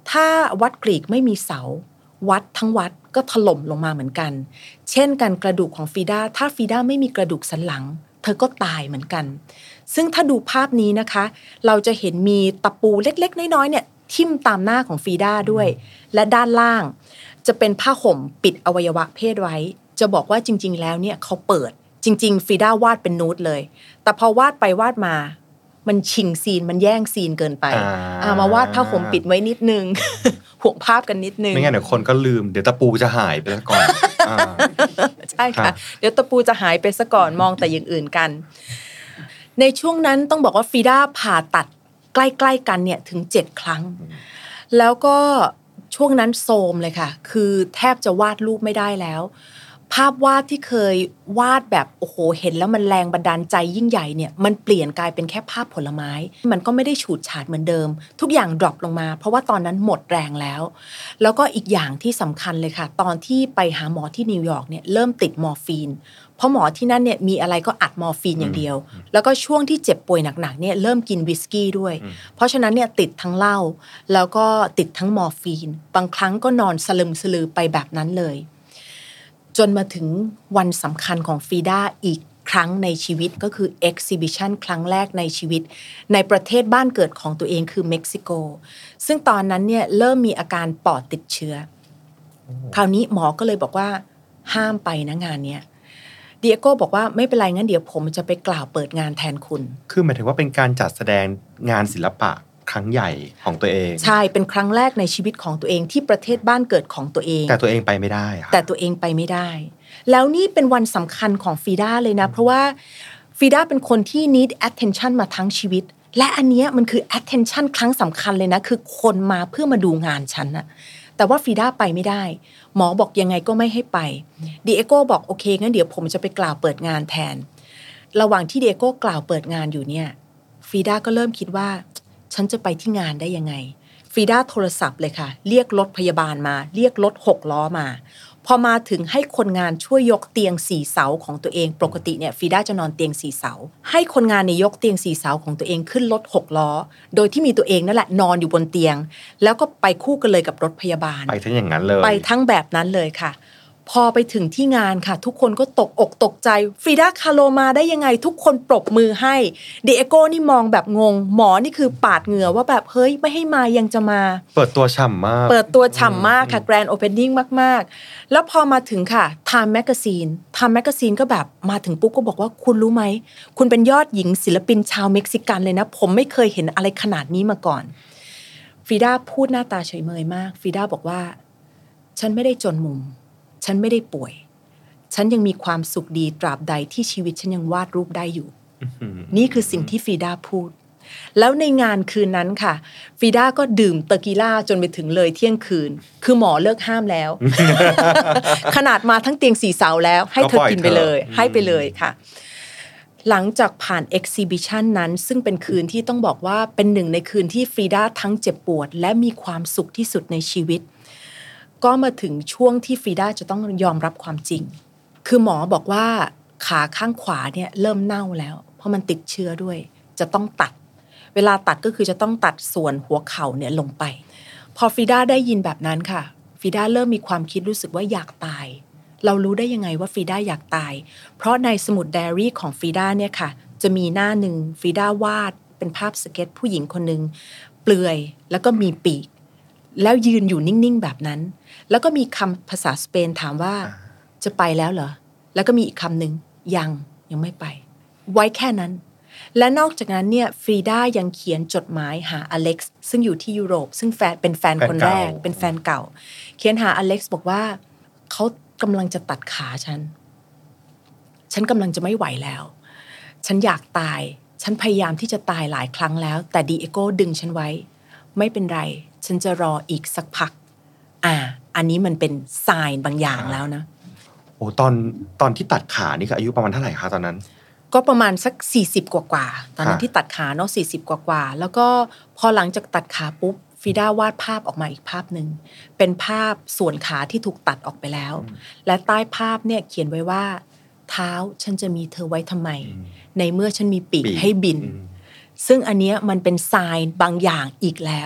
ถ้าวัดกรีกไม่มีเสาวัดทั้งวัดก็ถล่มลงมาเหมือนกันเช่นกันกระดูกของฟีดาถ้าฟีดาไม่มีกระดูกสันหลังเธอก็ตายเหมือนกันซึ่งถ้าดูภาพนี้นะคะเราจะเห็นมีตะปูเล็กๆน้อยๆเนี่ยทิ่มตามหน้าของฟีดาด้วยและด้านล่างจะเป็นผ้าห่มปิดอวัยวะเพศไว้จะบอกว่าจริงๆแล้วเนี่ยเขาเปิดจริงๆฟีดาวาดเป็นนูดเลยแต่พอวาดไปวาดมามันชิงซีนมันแย่งซีนเกินไปอ่ามาวาดผ้าห่มปิดไว้นิดนึง ห่วงภาพกันนิดนึงไม่งั้นเดี๋ยวคนก็ลืมเดี๋ยวตะปูจะหายไปซะก่อนใช่ค่ะเดี๋ยวตะปูจะหายไปซะก่อนมองแต่อย่างอื่นกันในช่วงนั้นต้องบอกว่าฟีดาผ่าตัดใกล้ๆกันเนี่ยถึงเจ็ดครั้งแล้วก็ช่วงนั้นโทรมเลยค่ะคือแทบจะวาดรูปไม่ได้แล้วภาพวาดที่เคยวาดแบบโอ้โหเห็นแล้วมันแรงบันดาลใจยิ่งใหญ่เนี่ยมันเปลี่ยนกลายเป็นแค่ภาพผลไม้มันก็ไม่ได้ฉูดฉาดเหมือนเดิมทุกอย่างดรอปลงมาเพราะว่าตอนนั้นหมดแรงแล้วแล้วก็อีกอย่างที่สำคัญเลยค่ะตอนที่ไปหาหมอที่นิวยอร์กเนี่ยเริ่มติดมอร์ฟีนเพราะหมอที่นั่นเนี่ยมีอะไรก็อัดมอร์ฟีนอย่างเดียวแล้วก็ช่วงที่เจ็บป่วยหนักๆเนี่ยเริ่มกินวิสกี้ด้วยเพราะฉะนั้นเนี่ยติดทั้งเหล้าแล้วก็ติดทั้งมอร์ฟีนบางครั้งก็นอนสลึมสลือไปแบบนั้นเลยจนมาถึงวันสำคัญของฟีดาอีกครั้งในชีวิตก็คือ exhibition ครั้งแรกในชีวิตในประเทศบ้านเกิดของตัวเองคือเม็กซิโกซึ่งตอนนั้นเนี่ยเริ่มมีอาการปอดติดเชื้อคราวนี้หมอก็เลยบอกว่าห้ามไปนะงานเนี้ยเดียโก้บอกว่าไม่เป็นไรงั้นเดี๋ยวผมจะไปกล่าวเปิดงานแทนคุณคือหมายถึงว่าเป็นการจัดแสดงงานศิลปะครั้งใหญ่ของตัวเองใช่เป็นครั้งแรกในชีวิตของตัวเองที่ประเทศบ้านเกิดของตัวเองแต่ตัวเองไปไม่ได้แต่ตัวเองไปไม่ได้แล้วนี่เป็นวันสำคัญของฟีดาเลยนะเพราะว่าฟีดาเป็นคนที่ need attention มาทั้งชีวิตและอันเนี้ยมันคือ attention ครั้งสำคัญเลยนะคือคนมาเพื่อมาดูงานฉันนะแต่ว่าฟีดาไปไม่ได้หมอบอกยังไงก็ไม่ให้ไปดิเอโก้บอกโอเคงั้นเดี๋ยวผมจะไปกล่าวเปิดงานแทนระหว่างที่ดิเอโก้กล่าวเปิดงานอยู่เนี่ยฟีดาก็เริ่มคิดว่าฉันจะไปที่งานได้ยังไงฟีดาโทรศัพท์เลยค่ะเรียกรถพยาบาลมาเรียกรถหกล้อมาพอมาถึงให้คนงานช่วยยกเตียงสี่เสาของตัวเองปกติเนี่ยฟีดาจะนอนเตียงสี่เสาให้คนงานเนี่ยยกเตียงสี่เสาของตัวเองขึ้นรถหกล้อโดยที่มีตัวเองนั่นแหละนอนอยู่บนเตียงแล้วก็ไปคู่กันเลยกับรถพยาบาลไปทั้งอย่างนั้นเลยไปทั้งแบบนั้นเลยค่ะพอไปถึงที่งานค่ะทุกคนก็ตกอกตกใจฟีดาคาโลมาได้ยังไงทุกคนปรบมือให้เดโก้นี่มองแบบงงหมอนี่คือปาดเหงื่อว่าแบบเฮ้ยไม่ให้มายังจะมาเปิดตัวฉ่ำมากเปิดตัวฉ่ำมากค่ะแกรนด์โอเพนนิ่งมากๆแล้วพอมาถึงค่ะ Time Magazine Time Magazine ก็แบบมาถึงปุ๊บก็บอกว่าคุณรู้ไหมคุณเป็นยอดหญิงศิลปินชาวเม็กซิกันเลยนะผมไม่เคยเห็นอะไรขนาดนี้มาก่อนฟีดาพูดหน้าตาเฉยเมยมากฟีดาบอกว่าฉันไม่ได้จนมุมฉันไม่ได้ป่วยฉันยังมีความสุขดีตราบใดที่ชีวิตฉันยังวาดรูปได้อยู่ นี่คือสิ่งที่ฟีดาพูดแล้วในงานคืนนั้นค่ะฟีดาก็ดื่มเตกีล่าจนไปถึงเลยเที่ยงคืนคือหมอเลิกห้ามแล้ว ขนาดมาทั้งเตียงสี่เสาแล้วให้เธอกินไปเลยให้ไปเลยค่ะหลังจากผ่าน exhibition นั้นซึ่งเป็นคืนที่ต้องบอกว่าเป็นหนึ่งในคืนที่ฟีดาทั้งเจ็บปวดและมีความสุขที่สุดในชีวิตก็มาถึงช่วงที่ฟีดาจะต้องยอมรับความจริงคือหมอบอกว่าขาข้างขวาเนี่ยเริ่มเน่าแล้วเพราะมันติดเชื้อด้วยจะต้องตัดเวลาตัดก็คือจะต้องตัดส่วนหัวเข่าเนี่ยลงไปพอฟีดาได้ยินแบบนั้นค่ะฟีดาเริ่มมีความคิดรู้สึกว่าอยากตายเรารู้ได้ยังไงว่าฟีดาอยากตายเพราะในสมุดไดอารี่ของฟีดาเนี่ยค่ะจะมีหน้าหนึ่งฟีดาวาดเป็นภาพสเก็ตผู้หญิงคนนึงเปลือยแล้วก็มีปีกแล้วยืนอยู่นิ่งๆแบบนั้นแล้วก็มีคำภาษาสเปนถามว่าจะไปแล้วเหรอแล้วก็มีอีกคำหนึ่งยังยังไม่ไปไว้แค่นั้นและนอกจากนั้นเนี่ยฟรีดายังเขียนจดหมายหาอเล็กซ์ซึ่งอยู่ที่ยุโรปซึ่งแฟนเป็นแฟนคนแรกเป็นแฟนเก่าเขียนหาอเล็กซ์บอกว่าเขากำลังจะตัดขาฉันฉันกำลังจะไม่ไหวแล้วฉันอยากตายฉันพยายามที่จะตายหลายครั้งแล้วแต่ดีเอโก้ดึงฉันไว้ไม่เป็นไรฉันจะรออีกสักพักอ่าอันนี้มันเป็นไซน์บางอย่างแล้วนะโอ้ตอนตอนที่ตัดขานี่คืออายุประมาณเท่าไหร่คะตอนนั้นก็ประมาณสักสี่สิบกว่าๆตอนนั้นที่ตัดขาเนาะสี่สิบกว่าๆแล้วก็พอหลังจากตัดขาปุ๊บฟีดาวาดภาพออกมาอีกภาพนึงเป็นภาพส่วนขาที่ถูกตัดออกไปแล้วและใต้ภาพเนี่ยเขียนไว้ว่าเท้าฉันจะมีเธอไว้ทำไมในเมื่อฉันมีปีกให้บินซึ่งอันเนี้ยมันเป็นไซน์บางอย่างอีกแล้ว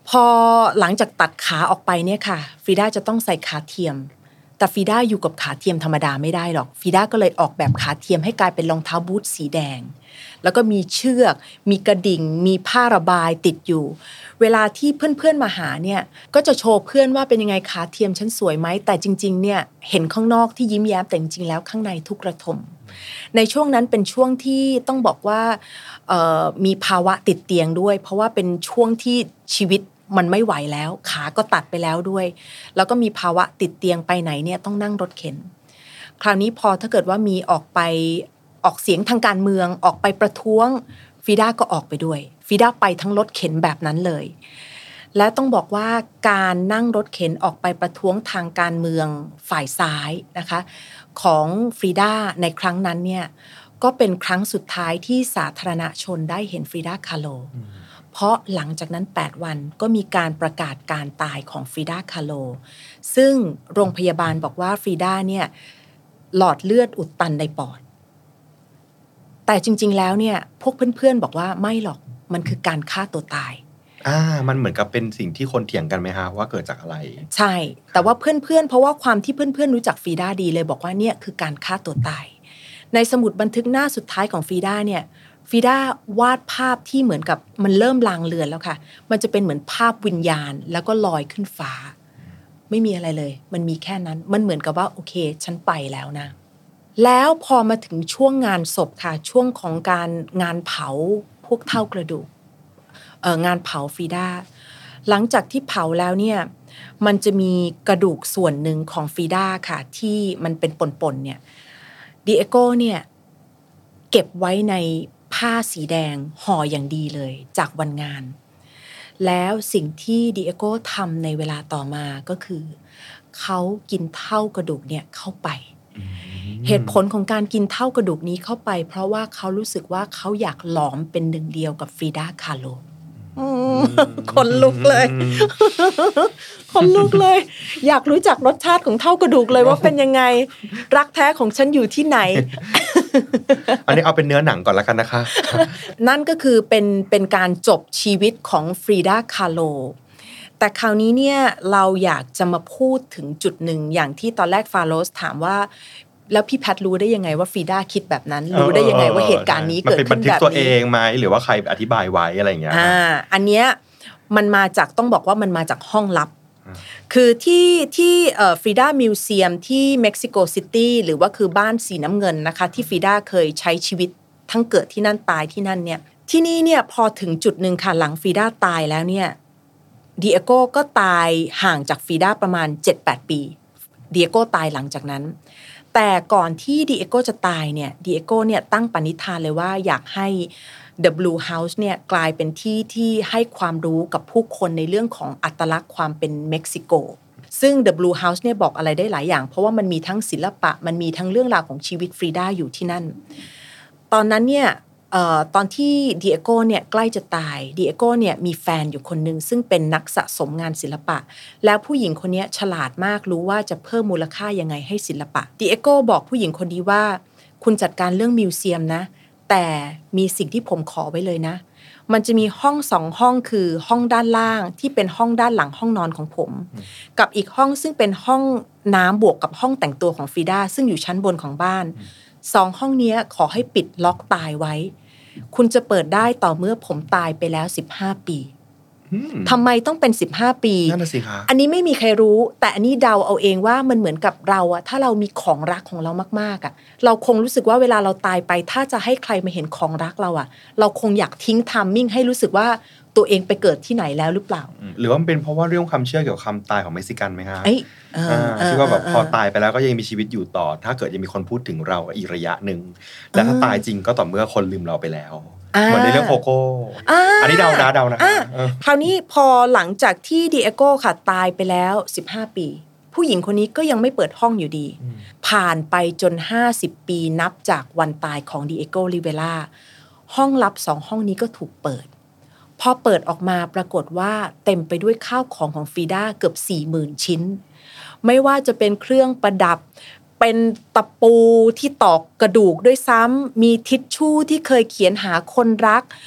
พอหลังจากตัดขาออกไปเนี่ยค่ะฟรีด้าจะต้องใส่ขาเทียมแต่ฟรีด้าอยู่กับขาเทียมธรรมดาไม่ได้หรอกฟรีด้าก็เลยออกแบบขาเทียมให้กลายเป็นรองเท้าบูทสีแดงแล้วก็มีเชือกมีกระดิ่งมีผ้าระบายติดอยู่เวลาที่เพื่อนๆมาหาเนี่ยก็จะโชว์เพื่อนว่าเป็นยังไงขาเทียมฉันสวยไหมแต่จริงๆเนี่ยเห็นข้างนอกที่ยิ้มแย้มแต่จริงๆแล้วข้างในทุกระทมในช่วงนั้นเป็นช่วงที่ต้องบอกว่ามีภาวะติดเตียงด้วยเพราะว่าเป็นช่วงที่ชีวิตมันไม่ไหวแล้วขาก็ตัดไปแล้วด้วยแล้วก็มีภาวะติดเตียงไปไหนเนี่ยต้องนั่งรถเข็นคราวนี้พอถ้าเกิดว่ามีออกไปออกเสียงทางการเมืองออกไปประท้วงฟีด้าก็ออกไปด้วยฟีด้าไปทั้งรถเข็นแบบนั้นเลยและต้องบอกว่าการนั่งรถเข็นออกไปประท้วงทางการเมืองฝ่ายซ้ายนะคะของฟรีด้าในครั้งนั้นเนี่ยก็เป็นครั้งสุดท้ายที่สาธารณชนได้เห็นฟรีด้าคาโลเพราะหลังจากนั้นแปดวันก็มีการประกาศการตายของฟรีด้าคาโลซึ่งโรงพยาบาลบอกว่าฟรีด้าเนี่ยหลอดเลือดอุดตันในปอดแต่จริงๆแล้วเนี่ยพวกเพื่อนๆบอกว่าไม่หรอกมันคือการฆ่าตัวตายอ่ามันเหมือนกับเป็นสิ่งที่คนเถียงกันไหมฮะว่าเกิดจากอะไรใช่แต่ว่าเพื่อนๆเพราะว่าความที่เพื่อนๆรู้จักฟรีด้าดีเลยบอกว่าเนี่ยคือการฆ่าตัวตายในสมุดบันทึกหน้าสุดท้ายของฟรีด้าเนี่ยฟรีด้าวาดภาพที่เหมือนกับมันเริ่มลางเลือนแล้วค่ะมันจะเป็นเหมือนภาพวิญญาณแล้วก็ลอยขึ้นฟ้าไม่มีอะไรเลยมันมีแค่นั้นมันเหมือนกับว่าโอเคฉันไปแล้วนะแล้วพอมาถึงช่วงงานศพค่ะช่วงของการงานเผาพวกเท่ากระดูกเอ่องานเผาฟรีด้าหลังจากที่เผาแล้วเนี่ยมันจะมีกระดูกส่วนหนึ่งของฟรีด้าค่ะที่มันเป็นปนๆเนี่ยดิเอโก้เนี่ยเก็บไว้ในผ้าสีแดงห่ออย่างดีเลยจากวันงานแล้วสิ่งที่ดิเอโก้ทำในเวลาต่อมาก็คือเขากินเท่ากระดูกเนี่ยเข้าไปเหตุผลของการกินเท่ากระดูกนี้เข้าไปเพราะว่าเขารู้สึกว่าเขาอยากหลอมเป็นหนึ่งเดียวกับฟรีด้าคาโลคนลุกเลยคนลุกเลยอยากรู้จักรสชาติของเท่ากระดูกเลยว่าเป็นยังไงรักแท้ของฉันอยู่ที่ไหนอันนี้เอาเป็นเนื้อหนังก่อนแล้วกันนะคะนั่นก็คือเป็นเป็นการจบชีวิตของฟรีด้าคาโลแต่คราวนี้เนี่ยเราอยากจะมาพูดถึงจุดหนึ่งอย่างที่ตอนแรกฟาโรสถามว่าแล้วพี่แพทรู้ได้ยังไงว่าฟรีด้าคิดแบบนั้นรู้ได้ยังไงว่าเหตุการณ์นี้เกิดขึ้นแบบนี้มันเป็นบันทึกตัวเองไหมหรือว่าใครอธิบายไว้อะไรอย่างเงี้ยอ่าอันเนี้ยมันมาจากต้องบอกว่ามันมาจากห้องลับคือที่ที่เอ่อฟรีด้ามิวเซียมที่เม็กซิโกซิตี้หรือว่าคือบ้านสีน้ำเงินนะคะที่ฟรีด้าเคยใช้ชีวิตทั้งเกิดที่นั่นตายที่นั่นเนี่ยที่นี่เนี่ยพอถึงจุดนึงค่ะหลังฟรีด้าตายแล้วเนี่ยดิเอโก้ก็ตายห่างจากฟรีด้าประมาณ เจ็ดแปด ปีดิเอโก้ตายหลังจากนั้นแต่ก่อนที่ดิเอโก้จะตายเนี่ยดิเอโก้เนี่ยตั้งปณิธานเลยว่าอยากให้ The Blue House เนี่ยกลายเป็นที่ที่ให้ความรู้กับผู้คนในเรื่องของอัตลักษณ์ความเป็นเม็กซิโกซึ่ง The Blue House เนี่ยบอกอะไรได้หลายอย่างเพราะว่ามันมีทั้งศิลปะมันมีทั้งเรื่องราวของชีวิตฟรีด้าอยู่ที่นั่นตอนนั้นเนี่ยเอ่อตอนที่ดิเอโก้เนี่ยใกล้จะตายดิเอโก้เนี่ยมีแฟนอยู่คนนึงซึ่งเป็นนักสะสมงานศิลปะแล้วผู้หญิงคนนี้ฉลาดมากรู้ว่าจะเพิ่มมูลค่ายังไงให้ศิลปะดิเอโก้บอกผู้หญิงคนนี้ว่าคุณจัดการเรื่องมิวเซียมนะแต่มีสิ่งที่ผมขอไว้เลยนะมันจะมีห้องสองห้องคือห้องด้านล่างที่เป็นห้องด้านหลังห้องนอนของผมกับอีกห้องซึ่งเป็นห้องน้ำบวกกับห้องแต่งตัวของฟรีด้าซึ่งอยู่ชั้นบนของบ้านสองห้องนี้ขอให้ปิดล็อกตายไว้คุณจะเปิดได้ต่อเมื่อผมตายไปแล้วสิบห้าปีทำไมต้องเป็นสิบห้าปีนั่นน่ะสิคะอันนี้ไม่มีใครรู้แต่อันนี้เดาเอาเองว่ามันเหมือนกับเราอะถ้าเรามีของรักของเรามากๆอะเราคงรู้สึกว่าเวลาเราตายไปถ้าจะให้ใครมาเห็นของรักเราอะเราคงอยากทิ้งไทมิ่งให้รู้สึกว่าตัวเองไปเกิดที่ไหนแล้วหรือเปล่าหรือว่ามันเป็นเพราะว่าเรื่องความเชื่อเกี่ยวกับความตายของเม็กซิกันไหมคะเอ้ยที่ว่าแบบพอตายไปแล้วก็ยังมีชีวิตอยู่ต่อถ้าเกิดยังมีคนพูดถึงเราอีกระยะนึงและถ้าตายจริงก็ต่อเมื่อคนลืมเราไปแล้วเหมือนในเรื่องโคโค่อันนี้เดานะเดานะคราวนี้พอหลังจากที่ดิเอโก้ค่ะตายไปแล้วสิบห้าปีผู้หญิงคนนี้ก็ยังไม่เปิดห้องอยู่ดีผ่านไปจนห้าสิบปีนับจากวันตายของดิเอโก้ลิเวล่าห้องลับสองห้องนี้ก็ถูกเปิดพอเปิดออกมาปรากฏว่าเต็มไปด้วยข้าวของของฟรีด้าเกือบ สี่หมื่น ชิ้นไม่ว่าจะเป็นเครื่องประดับเป็นตะปูที่ตอกกระดูกด้วยซ้ำมีทิชชู่ที่เคยเขียนหาคนรัก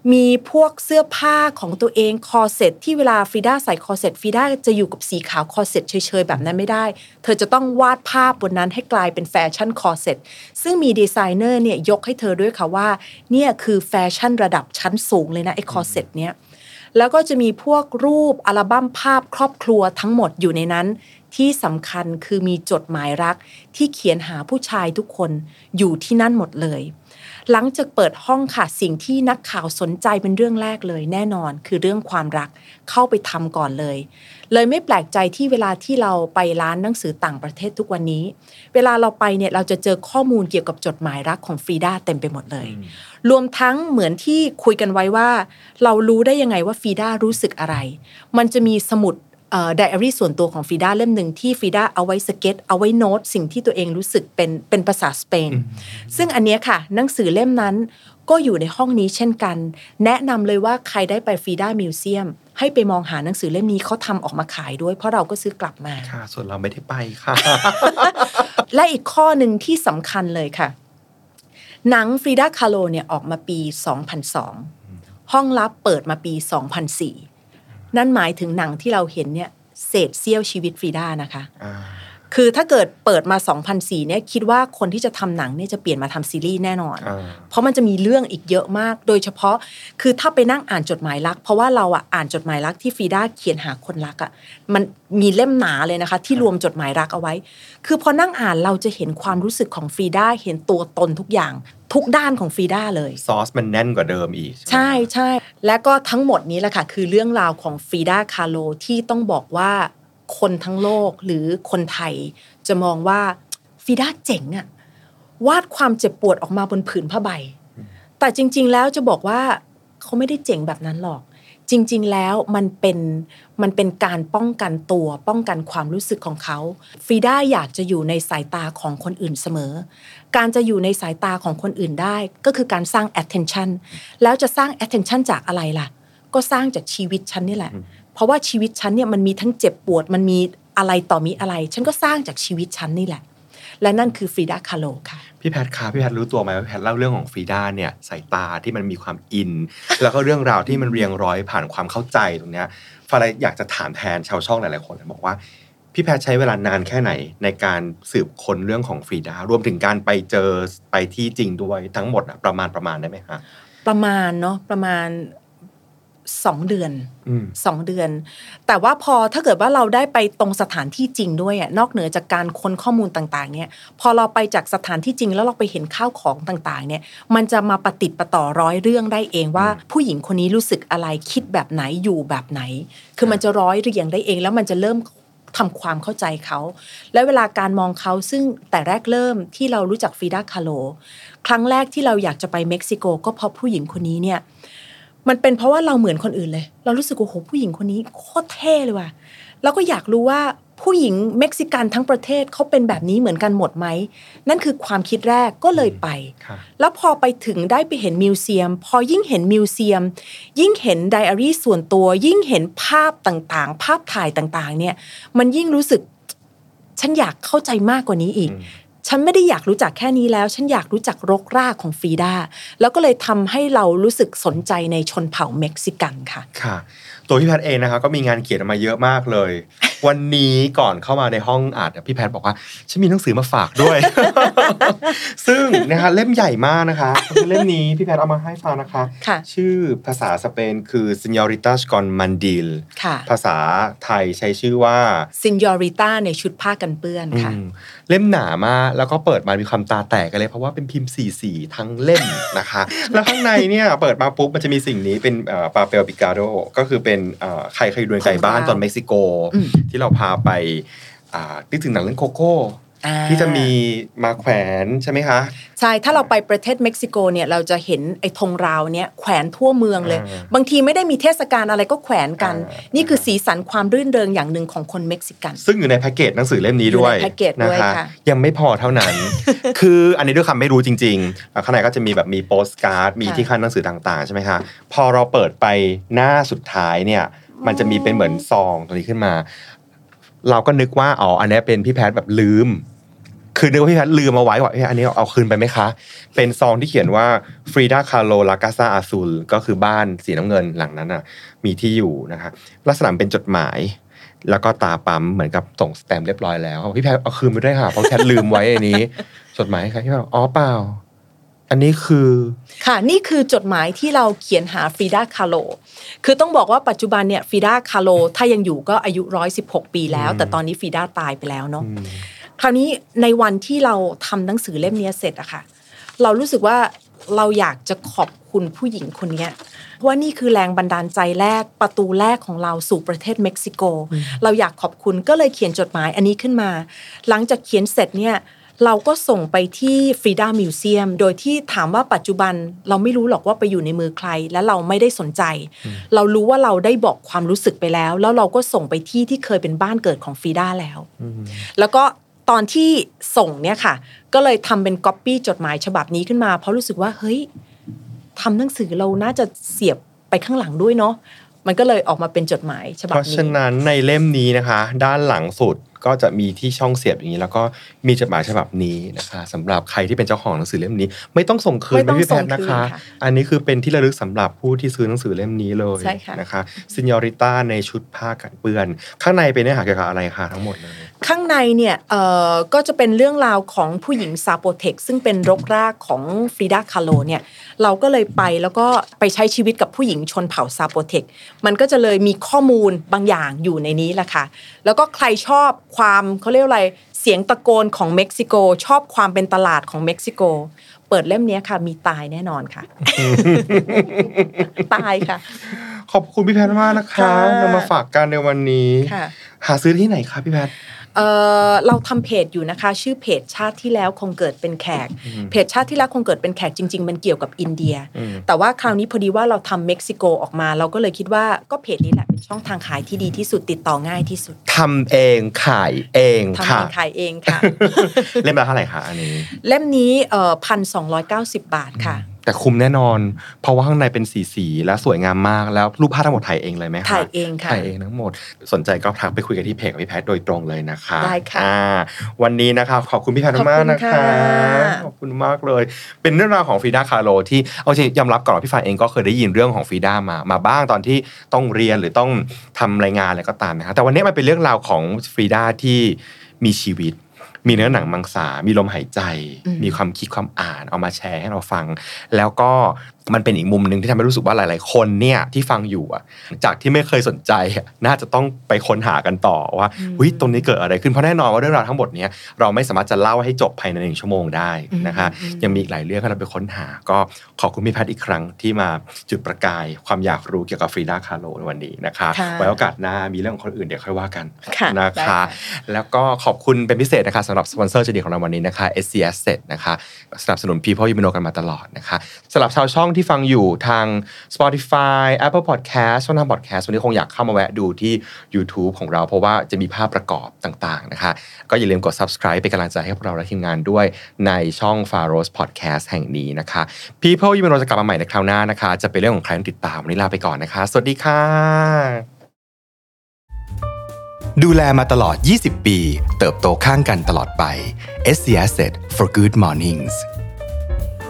มีพวกเสื้อผ้าของตัวเองคอเซ็ตที่เวลาฟรีด้าใส่คอเซ็ตฟรีด้าจะอยู่กับสีขาวคอเซ็ตเฉยๆแบบนั้นไม่ได้เธอจะต้องวาดภาพบนนั้นให้กลายเป็นแฟชั่นคอเซ็ตซึ่งมีดีไซเนอร์เนี่ยยกให้เธอด้วยค่ะว่าเนี่ยคือแฟชั่นระดับชั้นสูงเลยนะไอ้คอเซ็ตเนี้ยแล้วก็จะมีพวกรูปอัลบั้มภาพครอบครัวทั้งหมดอยู่ในนั้นที่สำคัญคือมีจดหมายรักที่เขียนหาผู้ชายทุกคนอยู่ที่นั่นหมดเลยหลังจากเปิดห้องค่ะสิ่งที่นักข่าวสนใจเป็นเรื่องแรกเลยแน่นอนคือเรื่องความรักเข้าไปทำก่อนเลยเลยไม่แปลกใจที่เวลาที่เราไปร้านหนังสือต่างประเทศทุกวันนี้เวลาเราไปเนี่ยเราจะเจอข้อมูลเกี่ยวกับจดหมายรักของฟรีด้าเต็มไปหมดเลยรวมทั้งเหมือนที่คุยกันไว้ว่าเรารู้ได้ยังไงว่าฟรีด้ารู้สึกอะไรมันจะมีสมุดเอ่อไดอารี่ส่วนตัวของฟรีด้าเล่มหนึ่งที่ฟรีด้าเอาไว้สเก็ตเอาไว้โน้ตสิ่งที่ตัวเองรู้สึกเป็นเป็นภาษาสเปนซึ่งอันเนี้ยค่ะหนังสือเล่มนั้นก็อยู่ในห้องนี้เช่นกันแนะนำเลยว่าใครได้ไปฟรีด้ามิวเซียมให้ไปมองหาหนังสือเล่มนี้เขาทำออกมาขายด้วยเพราะเราก็ซื้อกลับมาค่ะส่วนเราไม่ได้ไปค่ะและอีกข้อหนึ่งที่สำคัญเลยค่ะหนังฟรีด้าคาโลเนี่ยออกมาปีสองพันสองห้องลับเปิดมาปีสองพันสี่นั่นหมายถึงหนังที่เราเห็นเนี่ยเศษเสี้ยวชีวิตฟรีด้านะคะคือถ้าเกิดเปิดมาสองพันสี่เนี่ยคิดว่าคนที่จะทำหนังเนี่ยจะเปลี่ยนมาทำซีรีส์แน่นอนเพราะมันจะมีเรื่องอีกเยอะมากโดยเฉพาะคือถ้าไปนั่งอ่านจดหมายรักเพราะว่าเราอ่ะอ่านจดหมายรักที่ฟรีด้าเขียนหาคนรักอ่ะมันมีเล่มหนาเลยนะคะที่รวมจดหมายรักเอาไว้คือพอนั่งอ่านเราจะเห็นความรู้สึกของฟรีด้าเห็นตัวตนทุกอย่างทุกด้านของฟรีด้าเลยซอสมันแน่นกว่าเดิมอีกใช่ใช่และก็ทั้งหมดนี้แหละค่ะคือเรื่องราวของฟรีด้าคาโลที่ต้องบอกว่าคนทั้งโลกหรือคนไทยจะมองว่าฟรีด้าเจ๋งอะวาดความเจ็บปวดออกมาบนผืนผ้าใบแต่จริงๆแล้วจะบอกว่าเขาไม่ได้เจ๋งแบบนั้นหรอกจริงๆแล้วมันเป็นมันเป็นการป้องกันตัวป้องกันความรู้สึกของเขาฟรีด้าอยากจะอยู่ในสายตาของคนอื่นเสมอการจะอยู่ในสายตาของคนอื่นได้ก็คือการสร้าง attention แล้วจะสร้าง attention จากอะไรล่ะก็สร้างจากชีวิตฉันนี่แหละเพราะว่าชีวิตฉันเนี่ยมันมีทั้งเจ็บปวดมันมีอะไรต่อมีอะไรฉันก็สร้างจากชีวิตฉันนี่แหละและนั่นคือฟรีด้าคาโลค่ะพี่แพทค่ะพี่แพทรู้ตัวไหมว่าพี่แพทเล่าเรื่องของฟรีด้าเนี่ยสายตาที่มันมีความอินแล้วก็เรื่องราวที่มันเรียงร้อยผ่านความเข้าใจตรงเนี้ยฟ้าเลยอยากจะถามแทนชาวช่องหลายๆคนบอกว่าพี่แพทใช้เวลานานแค่ไหนในการสืบค้นเรื่องของฟรีด้ารวมถึงการไปเจอไปที่จริงด้วยทั้งหมดอะประมาณประมาณได้ไหมคะประมาณเนาะประมาณสองเดือนสองเดือนแต่ว่าพอถ้าเกิดว่าเราได้ไปตรงสถานที่จริงด้วยอ่ะนอกเหนือจากการค้นข้อมูลต่างๆเนี่ยพอเราไปจากสถานที่จริงแล้วเราไปเห็นข้าวของต่างๆเนี่ยมันจะมาประติดประต่อร้อยเรื่องได้เองว่าผู้หญิงคนนี้รู้สึกอะไรคิดแบบไหนอยู่แบบไหนคือมันจะร้อยเรียงได้เองแล้วมันจะเริ่มทำความเข้าใจเขาและเวลาการมองเขาซึ่งแต่แรกเริ่มที่เรารู้จักฟรีด้าคาโลครั้งแรกที่เราอยากจะไปเม็กซิโกก็เพราะผู้หญิงคนนี้เนี่ยมันเป็นเพราะว่าเราเหมือนคนอื่นเลยเรารู้สึกว่าโหผู้หญิงคนนี้โคตรเท่เลยว่ะแล้วก็อยากรู้ว่าผู้หญิงเม็กซิกันทั้งประเทศเขาเป็นแบบนี้เหมือนกันหมดไหมนั่นคือความคิดแรกก็เลยไปแล้วพอไปถึงได้ไปเห็นมิวเซียมพอยิ่งเห็นมิวเซียมยิ่งเห็นไดอารี่ส่วนตัวยิ่งเห็นภาพต่างๆภาพถ่ายต่างๆเนี่ยมันยิ่งรู้สึกฉันอยากเข้าใจมากกว่านี้อีกฉันไม่ได้อยากรู้จักแค่นี้แล้วฉันอยากรู้จักรกรากของฟรีด้าแล้วก็เลยทำให้เรารู้สึกสนใจในชนเผ่าเม็กซิกันค่ะค่ะตัวพี่แพทย์เองนะคะก็มีงานเขียนออกมาเยอะมากเลย วันนี้ก่อนเข้ามาในห้องอ่านพี่แพทย์บอกว่าฉันมีหนังสือมาฝากด้วย ซึ่งนะคะเล่มใหญ่มากนะคะเล่มนี้พี่แพทย์เอามาให้ฟังนะคะชื่อภาษาสเปนคือ Señoritas con Mandil ภาษาไทยใช้ชื่อว่า Señorita ในชุดผ้ากันเปื้อนค่ะเล่มหนามากแล้วก็เปิดมามีความตาแตกกันเลยเพราะว่าเป็นพิมพ์สีสีทั้งเล่มนะคะแล้วข้างในเนี่ยเปิดมาปุ๊บมันจะมีสิ่งนี้เป็นปาเปลปิกาโดก็คือเป็นใครเคยดูไก่บ้านตอนเม็กซิโกที่เราพาไปนึกถึงหนังเรื่องโคโค่ที่จะมีมาแขวนใช่ไหมคะใช่ถ้าเราไปประเทศเม็กซิโกเนี่ยเราจะเห็นไอ้ธงราวเนี่ยแขวนทั่วเมืองเลยบางทีไม่ได้มีเทศกาลอะไรก็แขวนกันนี่คือสีสันความรื่นเริงอย่างหนึ่งของคนเม็กซิกันซึ่งอยู่ในแพ็กเกจหนังสือเล่มนี้ด้วยนะคะยังไม่พอเท่านั้น คืออันนี้ด้วยคำไม่รู้จริงๆข้างในก็จะมีแบบมีโปสการ์ดมีที่ขั้นหนังสือต่างๆใช่ไหมคะพอเราเปิดไปหน้าสุดท้ายเนี่ยมันจะมีเป็นเหมือนซองตัวนี้ขึ้นมาเราก็นึกว่าอ๋ออันนี้เป็นพี่แพทย์แบบลืมคือนึกว่าพี่แพทลืมเอาไว้ว่าอันนี้เอาคืนไปไหมคะเป็นซองที่เขียนว่า Frida Kahlo La Casa Azul ก็คือบ้านสีน้ำเงินหลังนั้นอ่ะมีที่อยู่นะคะลักษณะเป็นจดหมายแล้วก็ตาปั๊มเหมือนกับส่งสแตมป์เรียบร้อยแล้วพี่แพทเอาคืนไปด้วยค่ะเพราะแพทลืมไว้อันนี้จดหมายใครพี่แพทอ๋อเปล่าอันนี้คือค่ะนี่คือจดหมายที่เราเขียนหาฟรีดาคาร์โลคือต้องบอกว่าปัจจุบันเนี่ยฟรีดาคาร์โลถ้ายังอยู่ก็อายุหนึ่งร้อยสิบหกปีแล้วแต่ตอนนี้ฟรีดาตายไปแล้วเนาะคราวนี้ในวันที่เราทำหนังสือเล่มนี้เสร็จอะค่ะเรารู้สึกว่าเราอยากจะขอบคุณผู้หญิงคนนี้ว่านี่คือแรงบันดาลใจแรกประตูแรกของเราสู่ประเทศเม็กซิโกเราอยากขอบคุณก็เลยเขียนจดหมายอันนี้ขึ้นมาหลังจากเขียนเสร็จเนี่ยเราก็ส่งไปที่ Frida Museum โดยที่ถามว่าปัจจุบันเราไม่รู้หรอกว่าไปอยู่ในมือใครและเราไม่ได้สนใจเรารู้ว่าเราได้บอกความรู้สึกไปแล้วแล้วเราก็ส่งไปที่ที่เคยเป็นบ้านเกิดของ Frida แล้วแล้วก็ตอนที่ส่งเนี่ยค่ะก็เลยทำเป็นก๊อปปี้จดหมายฉบับนี้ขึ้นมาเพราะรู้สึกว่าเฮ้ยทำหนังสือเราน่าจะเสียบไปข้างหลังด้วยเนาะมันก็เลยออกมาเป็นจดหมายฉบับนี้เพราะฉะนั้นในเล่มนี้นะคะด้านหลังสุดก็จะมีที่ช่องเสียบอย่างนี้แล้วก็มีจดหมายฉบับนี้นะคะสำหรับใครที่เป็นเจ้าของหนังสือเล่มนี้ไม่ต้องส่งคืนให้พี่แพทนะคะอันนี้คือเป็นที่ระลึกสำหรับผู้ที่ซื้อหนังสือเล่มนี้เลยนะคะซิญญอริต้าในชุดผ้ากันเปื้อนข้างในเป็นเนื้อหาเกี่ยวกับอะไรคะทั้งหมดเลยข้างในเนี่ยเอ่อก็จะเป็นเรื่องราวของผู้หญิงซาโปเทคซึ่งเป็นรกรากของฟรีดาคาร์โลเนี่ยเราก็เลยไปแล้วก็ไปใช้ชีวิตกับผู้หญิงชนเผ่าซาโปเทคมันก็จะเลยมีข้อมูลบางอย่างอยู่ในนี้แหละค่ะแล้วก็ใครชอบความเขาเรียกอะไรเสียงตะโกนของเม็กซิโกชอบความเป็นตลาดของเม็กซิโกเปิดเล่มนี้ค่ะมีตายแน่นอนค่ะ ตายค่ะขอบคุณพี่แพทมากนะคะนำมาฝากกันในวันนี้หาซื้อที่ไหนคะพี่แพทเอ่อเราทำเพจอยู่นะคะชื่อเพจชาติที่แล้วคงเกิดเป็นแขกเพจชาติที่แล้วคงเกิดเป็นแขกจริงๆมันเกี่ยวกับอินเดียแต่ว่าคราวนี้พอดีว่าเราทำเม็กซิโกออกมาเราก็เลยคิดว่าก็เพจนี้แหละเป็นช่องทางขายที่ดีที่สุดติดต่อง่ายที่สุดทำเองขายเองทำเองขายเองค่ะเล่มละเท่าไหร่คะอันนี้เล่มนี้เอ่อ หนึ่งพันสองร้อยเก้าสิบ บาทค่ะแต่คุ้มแน่นอนเพราะว่าข้างในเป็นสีสีและสวยงามมากแล้วรูปภาพทั้งหมดถ่ายเองเลยไหมคะถ่ายเองค่ะถ่ายเองทั้งหมดสนใจก็ทักไปคุยกันที่เพจกับพี่แพทโดยตรงเลยนะคะได้ค่ะวันนี้นะคะขอบคุณพี่แพทมากนะคะขอบคุณมากเลยเป็นเรื่องราวของฟรีดาคาร์โลที่เอาจริงยอมรับก่อนว่าพี่ฟ้าเองก็เคยได้ยินเรื่องของฟรีดามามาบ้างตอนที่ต้องเรียนหรือต้องทำรายงานอะไรก็ตามนะคะแต่วันนี้มันเป็นเรื่องราวของฟรีดาที่มีชีวิตมีเนื้อหนังมังสามีลมหายใจมีความคิดความอ่านเอามาแชร์ให้เราฟังแล้วก็มันเป็นอีกมุมนึงที่ทำให้รู้สึกว่าหลายๆคนเนี่ยที่ฟังอยู่อ่ะจากที่ไม่เคยสนใจน่าจะต้องไปค้นหากันต่อว่าอุ๊ยตรงนี้เกิดอะไรขึ้นเพราะแน่นอนว่าเรื่องราวทั้งหมดนี้เราไม่สามารถจะเล่าให้จบภายในหนึ่งชั่วโมงได้นะคะยังมีอีกหลายเรื่องให้เราไปค้นหาก็ขอบคุณพี่แพทย์อีกครั้งที่มาจุดประกายความอยากรู้เกี่ยวกับฟรีดาคาร์โลในวันนี้นะคะไว้โอกาสหน้ามีเรื่องของคนอื่นเดี๋ยวค่อยว่ากันนะคะแล้วก็ขอบคุณเป็นพิเศษนะคะสำหรับสปอนเซอร์ใจดีของเราวันนี้นะคะ เอส ซี Asset นะคะสนับสนุน People You Know กันมาตลอดนะคะสำหรับชาวช่องที่ฟังอยู่ทาง Spotify Apple Podcast ช่องทาง Podcast วันนี้คงอยากเข้ามาแวะดูที่ YouTube ของเราเพราะว่าจะมีภาพประกอบต่างๆนะคะก็อย่าลืมกด Subscribe เป็นกำลังใจให้พวกเราและทีมงานด้วยในช่อง Faros Podcast แห่งนี้นะคะ People You Know จะกลับมาใหม่ในคราวหน้านะคะจะเป็นเรื่องของใครต้องติดตามวันนี้ลาไปก่อนนะคะสวัสดีค่ะดูแลมาตลอดยี่สิบปีเติบโตข้างกันตลอดไป เอส ซี Asset for Good Mornings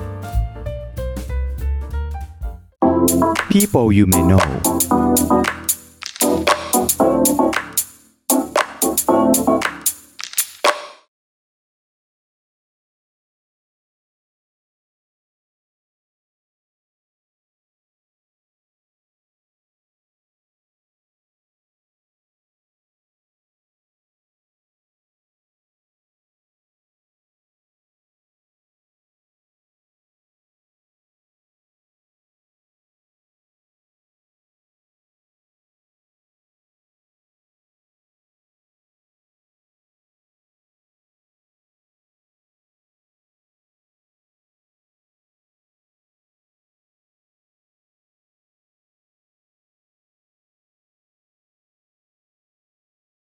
People You May Know